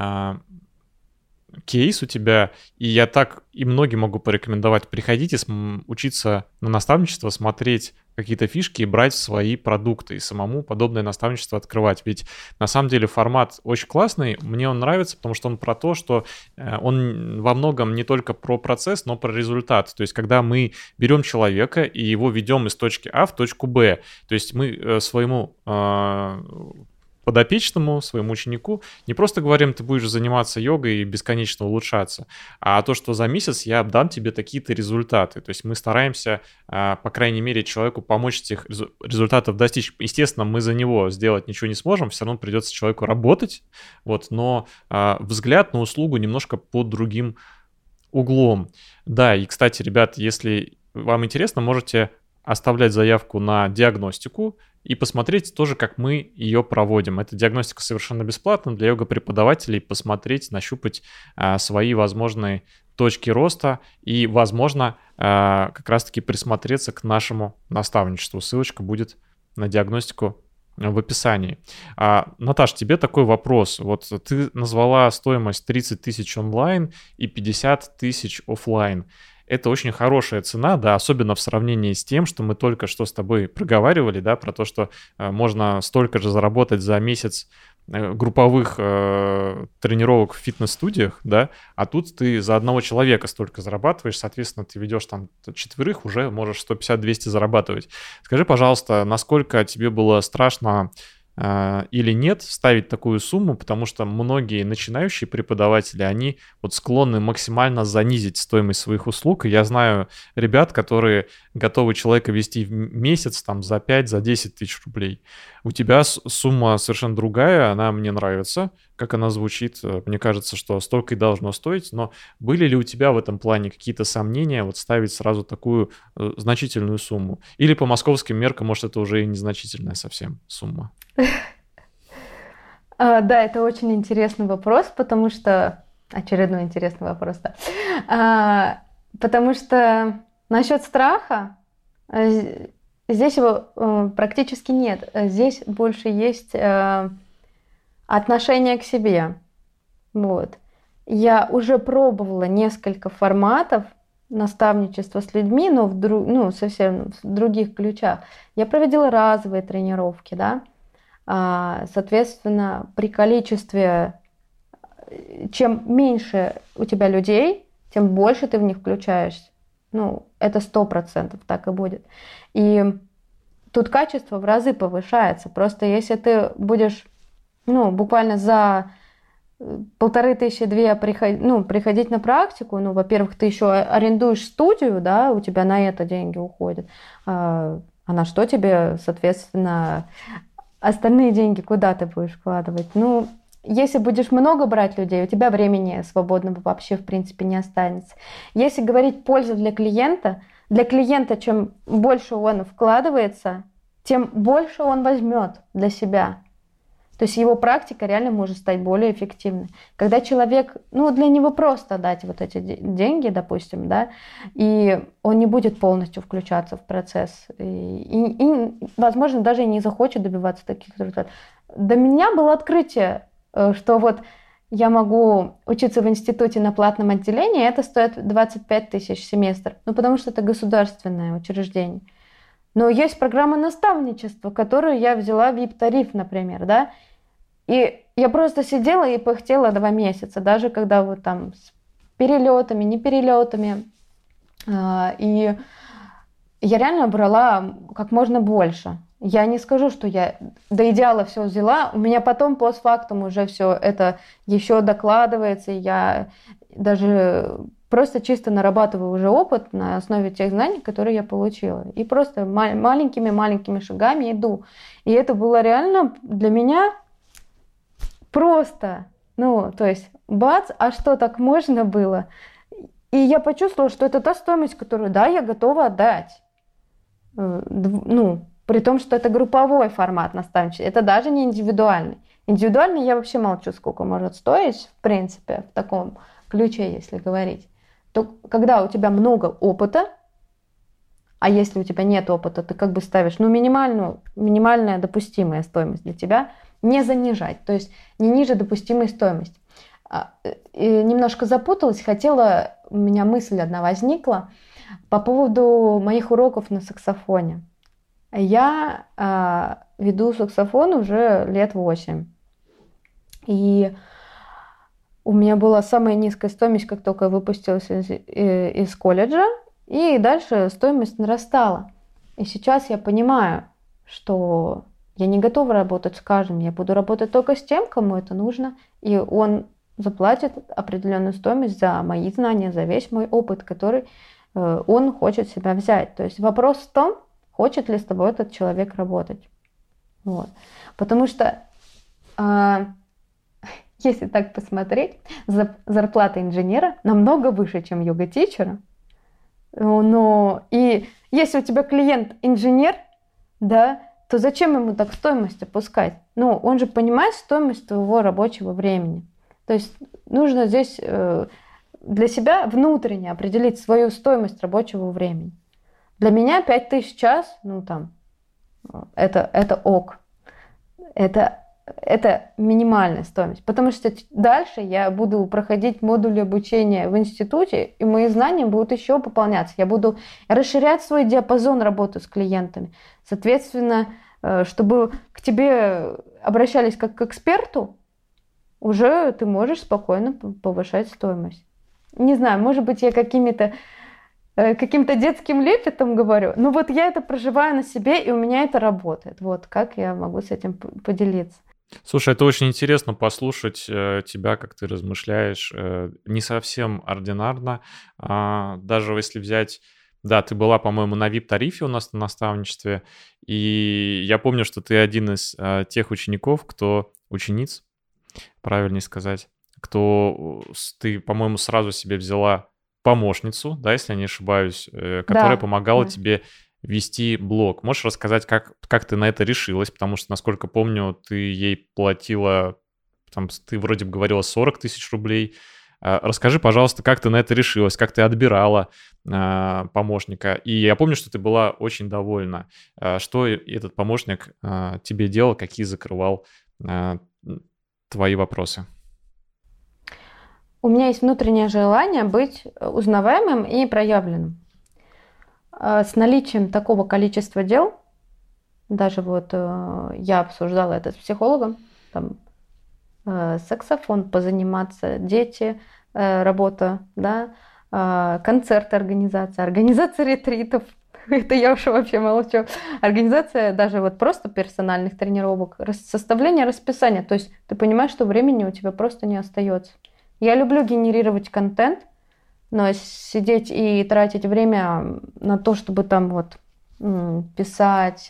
Speaker 1: кейс у тебя, и я так и многим могу порекомендовать. Приходите учиться на наставничество, смотреть какие-то фишки и брать свои продукты, и самому подобное наставничество открывать. Ведь на самом деле формат очень классный, мне он нравится, потому что он про то, что он во многом не только про процесс, но про результат. То есть когда мы берем человека и его ведем из точки А в точку Б, то есть мы своему подопечному, своему ученику не просто говорим, ты будешь заниматься йогой и бесконечно улучшаться, а то, что за месяц я дам тебе такие-то результаты. То есть мы стараемся, по крайней мере, человеку помочь этих результатов достичь. Естественно, мы за него сделать ничего не сможем, все равно придется человеку работать, но взгляд на услугу немножко под другим углом. Да, и, кстати, ребят, если вам интересно, можете оставлять заявку на диагностику и посмотреть тоже, как мы ее проводим. Эта диагностика совершенно бесплатна для йога-преподавателей. Посмотреть, нащупать свои возможные точки роста и, возможно, как раз-таки присмотреться к нашему наставничеству. Ссылочка будет на диагностику в описании. Наташ, тебе такой вопрос. Ты назвала стоимость 30 тысяч онлайн и 50 тысяч офлайн. Это очень хорошая цена, да, особенно в сравнении с тем, что мы только что с тобой проговаривали, да, про то, что можно столько же заработать за месяц групповых тренировок в фитнес-студиях, да, а тут ты за одного человека столько зарабатываешь, соответственно, ты ведешь там 4, уже можешь 150-200 зарабатывать. Скажи, пожалуйста, насколько тебе было страшно или нет ставить такую сумму, потому что многие начинающие преподаватели, они вот склонны максимально занизить стоимость своих услуг. И я знаю ребят, которые готовы человека вести в месяц там за 5, за 10 тысяч рублей. У тебя сумма совершенно другая, она мне нравится, как она звучит. Мне кажется, что столько и должно стоить. Но были ли у тебя в этом плане какие-то сомнения вот ставить сразу такую значительную сумму? Или по московским меркам, может, это уже и незначительная совсем сумма?
Speaker 2: Да, это очень интересный вопрос, потому что... Очередной интересный вопрос, да. Потому что насчет страха, здесь его практически нет. Здесь больше есть отношение к себе. Вот. Я уже пробовала несколько форматов наставничества с людьми, но совсем в других ключах. Я проводила разовые тренировки, да. Соответственно, при количестве, чем меньше у тебя людей, тем больше ты в них включаешься. Это 100% так и будет. И тут качество в разы повышается. Просто если ты будешь, буквально за 1500-2 приходить на практику, во-первых, ты еще арендуешь студию, да, у тебя на это деньги уходят. А на что тебе, соответственно, остальные деньги куда ты будешь вкладывать? Если будешь много брать людей, у тебя времени свободного вообще, в принципе, не останется. Если говорить пользу для клиента, чем больше он вкладывается, тем больше он возьмет для себя. То есть его практика реально может стать более эффективной. Когда человек, для него просто дать вот эти деньги, допустим, да, и он не будет полностью включаться в процесс. И возможно, даже и не захочет добиваться таких результатов. До меня было открытие, что вот я могу учиться в институте на платном отделении, и это стоит 25 тысяч в семестр. Потому что это государственное учреждение. Но есть программа наставничества, которую я взяла в VIP-тариф, например, да. И я просто сидела и пыхтела 2 месяца, даже когда вот там с перелетами, не перелетами. И я реально брала как можно больше. Я не скажу, что я до идеала все взяла. У меня потом постфактум уже все это еще докладывается. Я даже просто чисто нарабатываю уже опыт на основе тех знаний, которые я получила. И просто маленькими шагами иду. И это было реально для меня просто. То есть, бац, а что, так можно было? И я почувствовала, что это та стоимость, которую, да, я готова отдать. При том, что это групповой формат наставничества. Это даже не индивидуальный. Индивидуальный я вообще молчу, сколько может стоить, в принципе, в таком ключе, если говорить. То когда у тебя много опыта, а если у тебя нет опыта, ты как бы ставишь минимальная допустимая стоимость для тебя, не занижать, то есть не ниже допустимой стоимости. И немножко запуталась, у меня мысль одна возникла по поводу моих уроков на саксофоне. Я веду саксофон уже лет 8. И у меня была самая низкая стоимость, как только я выпустилась из колледжа, и дальше стоимость нарастала. И сейчас я понимаю, что я не готова работать с каждым, я буду работать только с тем, кому это нужно, и он заплатит определенную стоимость за мои знания, за весь мой опыт, который он хочет себя взять. То есть вопрос в том, хочет ли с тобой этот человек работать. Вот. Потому что если так посмотреть, зарплата инженера намного выше, чем йога-тичера. Но и если у тебя клиент инженер, да, то зачем ему так стоимость опускать? Он же понимает стоимость твоего рабочего времени. То есть нужно здесь для себя внутренне определить свою стоимость рабочего времени. Для меня 5000 в час, это ок. Это минимальная стоимость. Потому что дальше я буду проходить модули обучения в институте, и мои знания будут еще пополняться. Я буду расширять свой диапазон работы с клиентами. Соответственно, чтобы к тебе обращались как к эксперту, уже ты можешь спокойно повышать стоимость. Не знаю, может быть, я какими-то каким-то детским лепетом говорю. Ну вот я это проживаю на себе, и у меня это работает. Вот как я могу с этим поделиться.
Speaker 1: Слушай, это очень интересно послушать тебя, как ты размышляешь. Не совсем ординарно. Даже если взять... Да, ты была, по-моему, на VIP-тарифе у нас на наставничестве. И я помню, что ты один из тех учеников, учениц, правильнее сказать, ты, по-моему, сразу себе взяла помощницу, да, если я не ошибаюсь, которая
Speaker 2: Да,
Speaker 1: помогала
Speaker 2: да.
Speaker 1: тебе вести блог. Можешь рассказать, как ты на это решилась? Потому что, насколько помню, ты ей платила, там, ты вроде бы говорила 40 тысяч рублей. Расскажи, пожалуйста, как ты на это решилась, как ты отбирала помощника. И я помню, что ты была очень довольна. Что этот помощник тебе делал, какие закрывал твои вопросы?
Speaker 2: У меня есть внутреннее желание быть узнаваемым и проявленным. С наличием такого количества дел, даже вот я обсуждала это с психологом, там, саксофон позаниматься, дети, работа, да, концерты организация ретритов, это я уж вообще молчу, организация даже вот просто персональных тренировок, составление расписания, то есть ты понимаешь, что времени у тебя просто не остается. Я люблю генерировать контент, но сидеть и тратить время на то, чтобы там вот писать,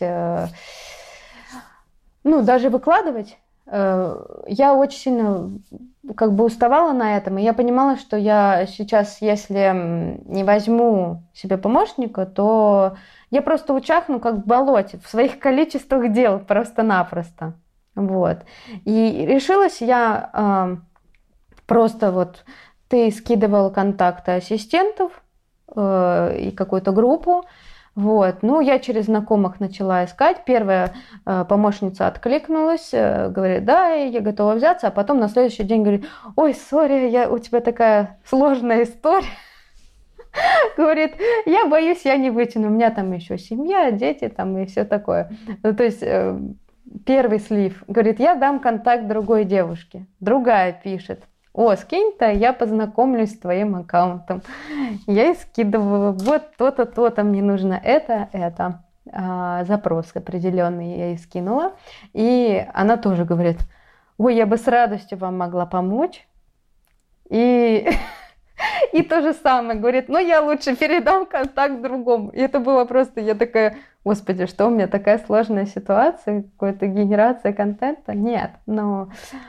Speaker 2: ну, даже выкладывать, я очень сильно как бы уставала на этом, и я понимала, что я сейчас, если не возьму себе помощника, то я просто учахну как в болоте, в своих количествах дел просто-напросто. Вот. И решилась я просто вот, ты скидывал контакты ассистентов и какую-то группу, вот. Ну, я через знакомых начала искать. Первая помощница откликнулась, говорит, да, я готова взяться, а потом на следующий день говорит, ой, сори, у тебя такая сложная история. Говорит, я боюсь, я не вытяну, у меня там еще семья, дети там и все такое. Ну, то есть первый слив. Говорит, я дам контакт другой девушке. Другая пишет, о, скинь-то, я познакомлюсь с твоим аккаунтом. Я ей скидываю, вот то-то, то-то, мне нужно это. Запрос определенный я ей скинула. И она тоже говорит, ой, я бы с радостью вам могла помочь. И то же самое, говорит, ну я лучше передам контакт другому. И это было просто, я такая, господи, что у меня такая сложная ситуация, какая-то генерация контента? Нет, но...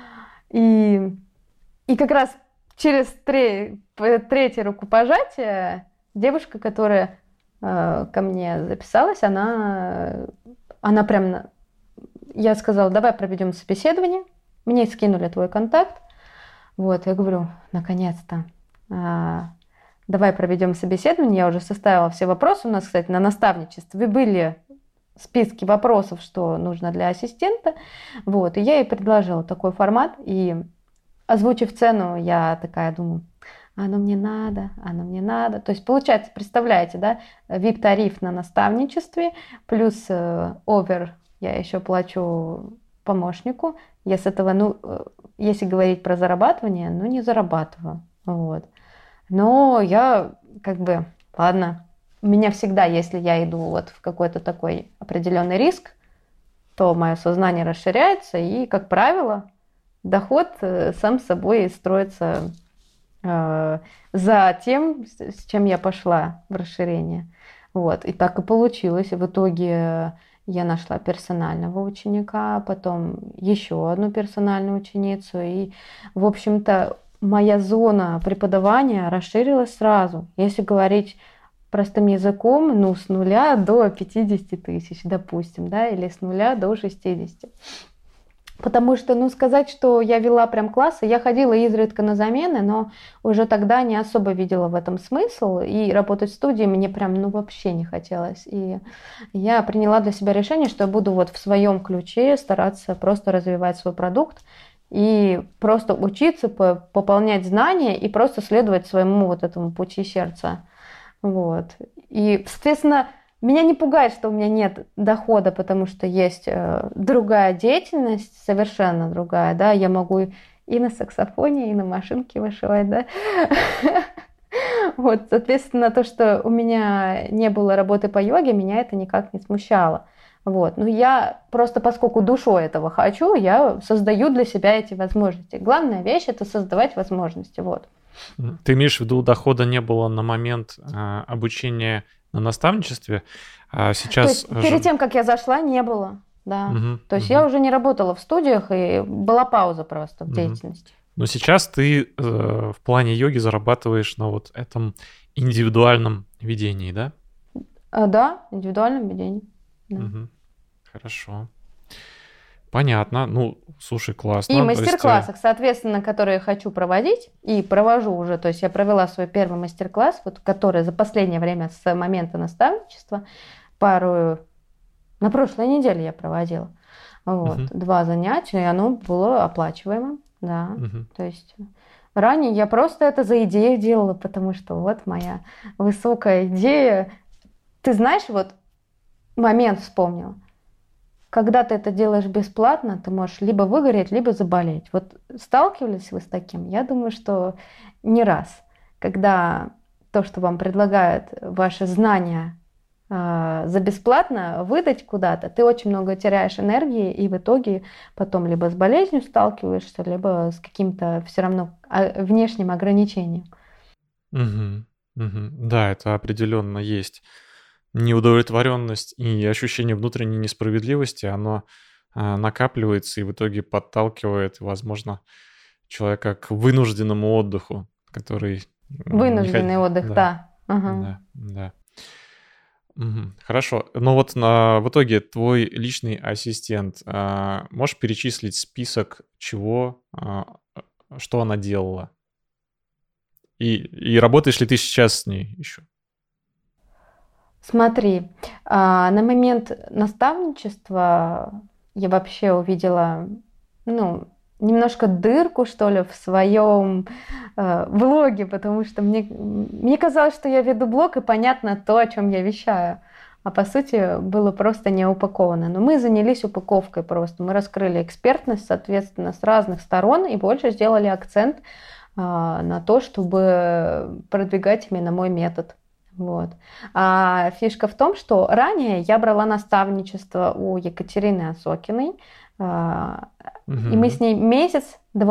Speaker 2: И как раз через третье рукопожатие девушка, которая ко мне записалась, она прям... Я сказала, давай проведем собеседование. Мне скинули твой контакт. Вот, я говорю, наконец-то. Давай проведем собеседование. Я уже составила все вопросы. У нас, кстати, на наставничестве были списки вопросов, что нужно для ассистента. Вот, и я ей предложила такой формат. И озвучив цену, я такая думаю, оно мне надо. То есть, получается, представляете, да, VIP-тариф на наставничестве, плюс овер я еще плачу помощнику. Я с этого, если говорить про зарабатывание, не зарабатываю. Вот. Но я как бы, ладно, у меня всегда, если я иду вот в какой-то такой определенный риск, то мое сознание расширяется, и, как правило, доход сам собой строится за тем, с чем я пошла в расширение. Вот. И так и получилось. В итоге я нашла персонального ученика, потом еще одну персональную ученицу. И, в общем-то, моя зона преподавания расширилась сразу. Если говорить простым языком, с 0 до 50 тысяч, допустим, да, или с 0 до 60. Потому что, сказать, что я вела прям классы, я ходила изредка на замены, но уже тогда не особо видела в этом смысл, и работать в студии мне прям, вообще не хотелось. И я приняла для себя решение, что я буду вот в своем ключе стараться просто развивать свой продукт и просто учиться, пополнять знания и просто следовать своему вот этому пути сердца. Вот. И, соответственно, меня не пугает, что у меня нет дохода, потому что есть другая деятельность, совершенно другая, да, я могу и на саксофоне, и на машинке вышивать, да, Вот, соответственно, то, что у меня не было работы по йоге, меня это никак не смущало. Вот. Но я просто, поскольку душой этого хочу, я создаю для себя эти возможности. Главная вещь – это создавать возможности. Вот.
Speaker 1: Ты имеешь в виду, дохода не было на момент обучения на наставничестве, а сейчас...
Speaker 2: То есть перед тем, как я зашла, не было. Да. То есть я уже не работала в студиях, и была пауза просто в деятельности.
Speaker 1: Но сейчас ты в плане йоги зарабатываешь на вот этом индивидуальном ведении, да?
Speaker 2: Да, индивидуальном ведении. Да.
Speaker 1: Хорошо. Понятно. Ну, слушай, классно.
Speaker 2: И в мастер-классах, соответственно, которые хочу проводить, и провожу уже, то есть я провела свой первый мастер-класс, вот, который за последнее время с момента наставничества, на прошлой неделе я проводила. Вот, 2 занятия, и оно было оплачиваемым, да. То есть ранее я просто это за идею делала, потому что вот моя высокая идея. Ты знаешь, вот момент вспомнила. Когда ты это делаешь бесплатно, ты можешь либо выгореть, либо заболеть. Вот сталкивались вы с таким? Я думаю, что не раз. Когда то, что вам предлагают ваши знания за бесплатно выдать куда-то, ты очень много теряешь энергии, и в итоге потом либо с болезнью сталкиваешься, либо с каким-то все равно внешним ограничением.
Speaker 1: Да, это определенно есть. Неудовлетворенность и ощущение внутренней несправедливости, оно накапливается и в итоге подталкивает, возможно, человека к вынужденному отдыху, который...
Speaker 2: Вынужденный отдых, да.
Speaker 1: Да. Хорошо. Но вот в итоге твой личный ассистент, можешь перечислить список чего, что она делала? И работаешь ли ты сейчас с ней еще?
Speaker 2: Смотри, на момент наставничества я вообще увидела, немножко дырку, что ли, в своем влоге, потому что мне казалось, что я веду блог, и понятно то, о чем я вещаю. А по сути было просто не упаковано. Но мы занялись упаковкой просто. Мы раскрыли экспертность, соответственно, с разных сторон и больше сделали акцент на то, чтобы продвигать именно мой метод. Вот. А фишка в том, что ранее я брала наставничество у Екатерины Осокиной, и мы с ней месяц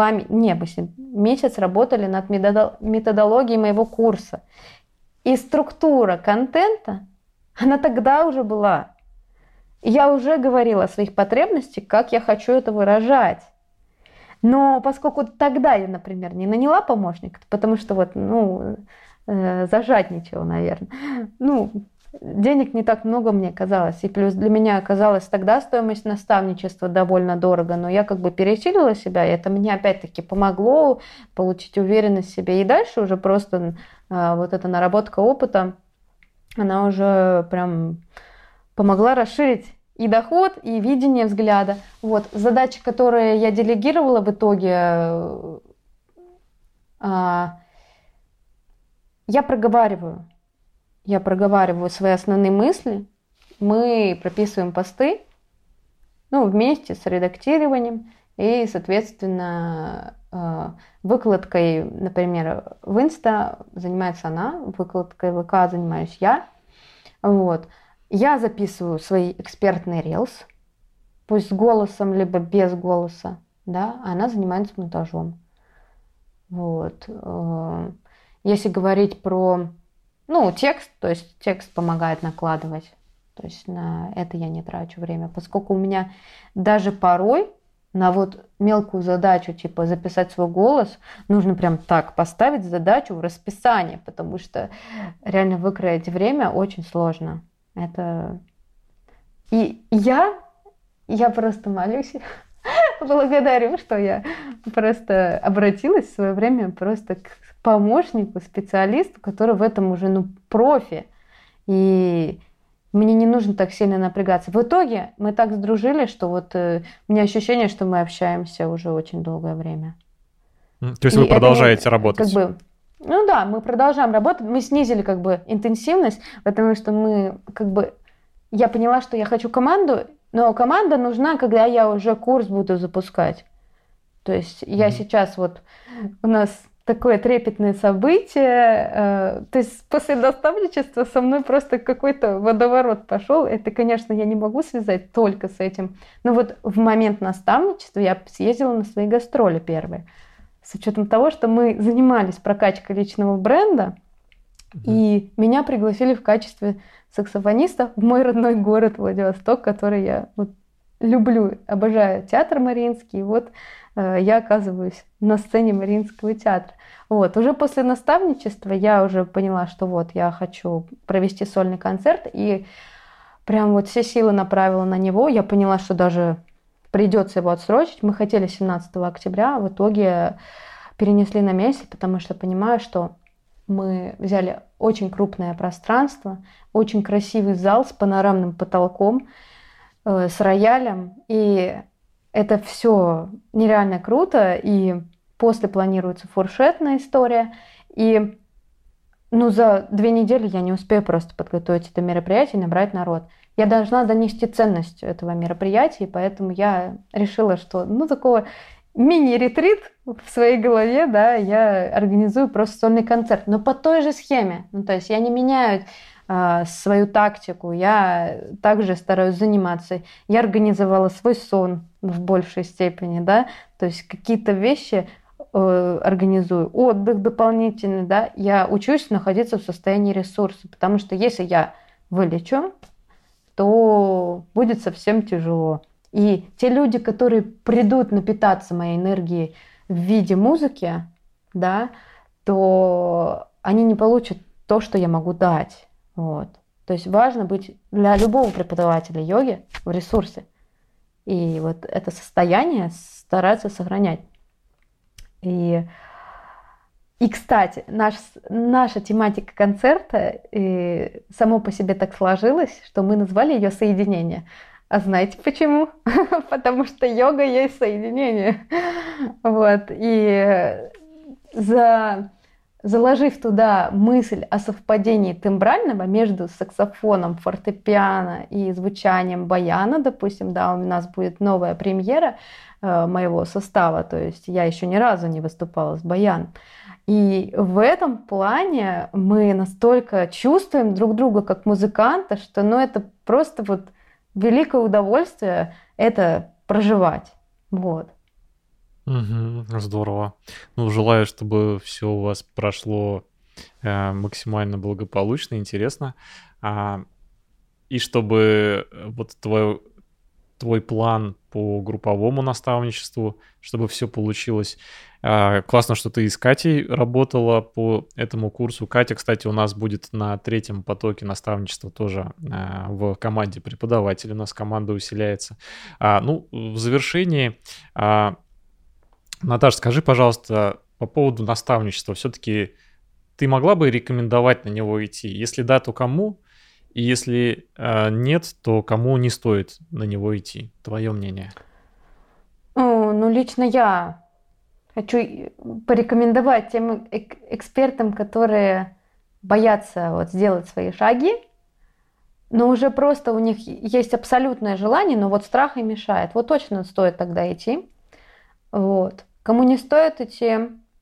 Speaker 2: работали над методологией моего курса. И структура контента, она тогда уже была. И я уже говорила о своих потребностях, как я хочу это выражать. Но поскольку тогда я, например, не наняла помощника, потому что зажадничала, наверное. Денег не так много мне казалось. И плюс для меня оказалась тогда стоимость наставничества довольно дорого. Но я пересилила себя, и это мне опять-таки помогло получить уверенность в себе. И дальше уже просто вот эта наработка опыта, она уже прям помогла расширить и доход, и видение взгляда. Вот. Задачи, которые я делегировала в итоге, я проговариваю свои основные мысли, мы прописываем посты, вместе с редактированием и, соответственно, выкладкой, например, в Инста занимается она, выкладкой в ВК занимаюсь я. Вот. Я записываю свои экспертные рилс, пусть с голосом, либо без голоса, да, она занимается монтажом. Вот. Если говорить про текст, то есть текст помогает накладывать. То есть на это я не трачу время. Поскольку у меня даже порой на мелкую задачу, типа записать свой голос, нужно прям так поставить задачу в расписание, потому что реально выкроить время очень сложно. И я просто молюсь, благодарю, что я просто обратилась в свое время просто к помощнику, специалисту, который в этом уже профи. И мне не нужно так сильно напрягаться. В итоге мы так сдружили, что у меня ощущение, что мы общаемся уже очень долгое время.
Speaker 1: То есть вы продолжаете работать?
Speaker 2: Мы продолжаем работать. Мы снизили интенсивность, потому что я поняла, что я хочу команду, но команда нужна, когда я уже курс буду запускать. То есть я сейчас у нас такое трепетное событие. То есть после наставничества со мной просто какой-то водоворот пошел. Это, конечно, я не могу связать только с этим. Но вот в момент наставничества я съездила на свои гастроли первые. С учетом того, что мы занимались прокачкой личного бренда, и меня пригласили в качестве саксофониста в мой родной город Владивосток, который я вот люблю, обожаю театр Мариинский. И вот я оказываюсь на сцене Мариинского театра. Вот. Уже после наставничества я уже поняла, что вот я хочу провести сольный концерт, и прям вот все силы направила на него. Я поняла, что даже придется его отсрочить. Мы хотели 17 октября, а в итоге перенесли на месяц, потому что понимаю, что мы взяли очень крупное пространство, очень красивый зал с панорамным потолком, с роялем, и это все нереально круто, и после планируется фуршетная история, и за 2 недели я не успею просто подготовить это мероприятие и набрать народ. Я должна донести ценность этого мероприятия, поэтому я решила, что такого мини-ретрит в своей голове, да, я организую просто сольный концерт, но по той же схеме. То есть я не меняю свою тактику, я также стараюсь заниматься. Я организовала свой сон в большей степени, да, то есть какие-то вещи организую, отдых дополнительный, да, я учусь находиться в состоянии ресурса, потому что если я вылечу, то будет совсем тяжело. И те люди, которые придут напитаться моей энергией в виде музыки, да, то они не получат то, что я могу дать. Вот. То есть важно быть для любого преподавателя йоги в ресурсе. И вот это состояние стараться сохранять. И кстати, наша тематика концерта само по себе так сложилась, что мы назвали ее «Соединение». А знаете почему? Потому что йога есть соединение. Вот. И заложив туда мысль о совпадении тембрального между саксофоном, фортепиано и звучанием баяна, допустим, да, у нас будет новая премьера моего состава, то есть я еще ни разу не выступала с баяном. И в этом плане мы настолько чувствуем друг друга как музыканта, что это просто вот великое удовольствие это проживать. Вот.
Speaker 1: Здорово. Желаю, чтобы все у вас прошло максимально благополучно, интересно. И чтобы вот твой план по групповому наставничеству, чтобы все получилось. Классно, что ты и с Катей работала по этому курсу. Катя, кстати, у нас будет на 3-м потоке наставничества тоже в команде преподавателей. У нас команда усиляется. В завершении, Наташа, скажи, пожалуйста, по поводу наставничества. Все-таки ты могла бы рекомендовать на него идти? Если да, то кому? И если нет, то кому не стоит на него идти? Твое мнение.
Speaker 2: Лично я хочу порекомендовать тем экспертам, которые боятся сделать свои шаги, но уже просто у них есть абсолютное желание, но страх им мешает. Вот точно стоит тогда идти. Вот. Кому не стоит идти,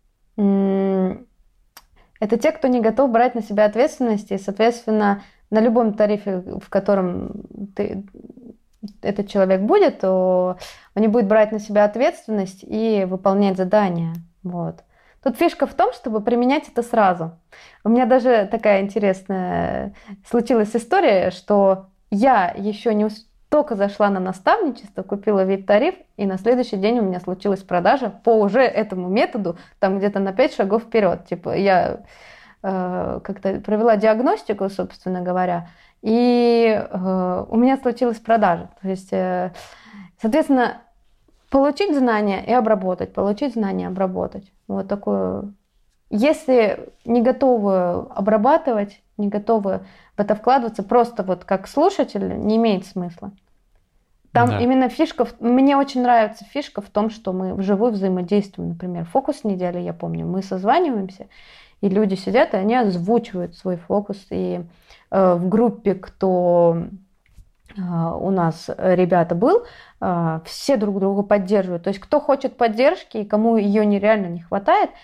Speaker 2: это те, кто не готов брать на себя ответственность, и, соответственно, на любом тарифе, в котором этот человек будет, то он не будет брать на себя ответственность и выполнять задания. Вот. Тут фишка в том, чтобы применять это сразу. У меня даже такая интересная случилась история, что я еще не только зашла на наставничество, купила VIP-тариф, и на следующий день у меня случилась продажа по уже этому методу, там где-то на 5 шагов вперед. Типа я как-то провела диагностику, собственно говоря, и у меня случилась продажа. То есть, соответственно, получить знания и обработать, получить знания, обработать. Вот такое. Если не готовы обрабатывать, не готовы в это вкладываться, просто как слушатель, не имеет смысла. Там именно фишка, мне очень нравится фишка в том, что мы вживую взаимодействуем. Например, фокус недели, я помню, мы созваниваемся, и люди сидят, и они озвучивают свой фокус. И в группе, кто у нас ребята был, все друг друга поддерживают. То есть кто хочет поддержки и кому ее нереально не хватает,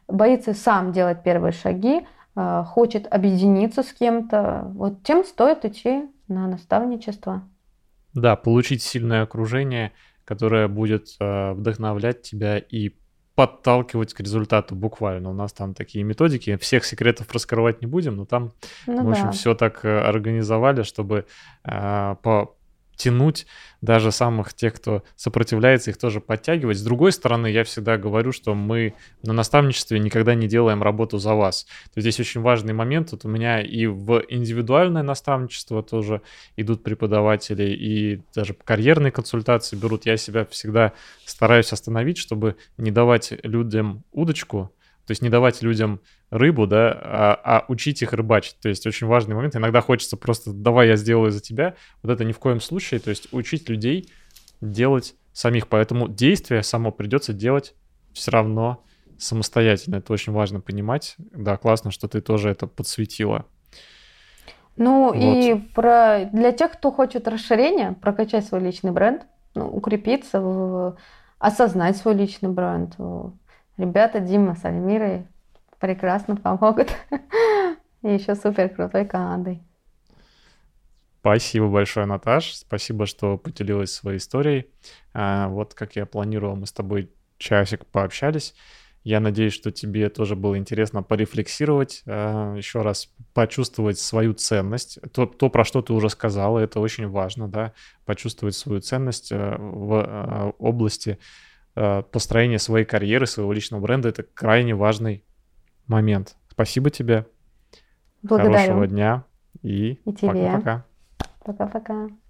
Speaker 2: боится сам делать первые шаги, хочет объединиться с кем-то, вот тем стоит идти на наставничество.
Speaker 1: Да, получить сильное окружение, которое будет вдохновлять тебя и подталкивать к результату буквально. У нас там такие методики, всех секретов раскрывать не будем, но там,
Speaker 2: Ну
Speaker 1: в общем,
Speaker 2: да.
Speaker 1: все так организовали, чтобы тянуть даже самых тех, кто сопротивляется, их тоже подтягивать. С другой стороны, я всегда говорю, что мы на наставничестве никогда не делаем работу за вас. То есть здесь очень важный момент. Вот у меня и в индивидуальное наставничество тоже идут преподаватели, и даже карьерные консультации берут. Я себя всегда стараюсь остановить, чтобы не давать людям удочку, то есть не давать людям рыбу, да, а учить их рыбачить. То есть очень важный момент. Иногда хочется просто «давай я сделаю за тебя». Вот это ни в коем случае. То есть учить людей делать самих. Поэтому действие само придется делать все равно самостоятельно. Это очень важно понимать. Да, классно, что ты тоже это подсветила.
Speaker 2: Ну
Speaker 1: Вот.
Speaker 2: и для тех, кто хочет расширения, прокачать свой личный бренд, укрепиться, осознать свой личный бренд. Ребята Дима с Альмирой прекрасно помогут. И еще супер крутой командой.
Speaker 1: Спасибо большое, Наташ. Спасибо, что поделилась своей историей. Вот как я планировал, мы с тобой часик пообщались. Я надеюсь, что тебе тоже было интересно порефлексировать, еще раз почувствовать свою ценность. То, про что ты уже сказала, это очень важно, да, почувствовать свою ценность в области построения своей карьеры, своего личного бренда. Это крайне важный момент. Спасибо тебе. Хорошего
Speaker 2: Благодарю.
Speaker 1: дня и
Speaker 2: И тебе.
Speaker 1: пока-пока.
Speaker 2: Пока-пока.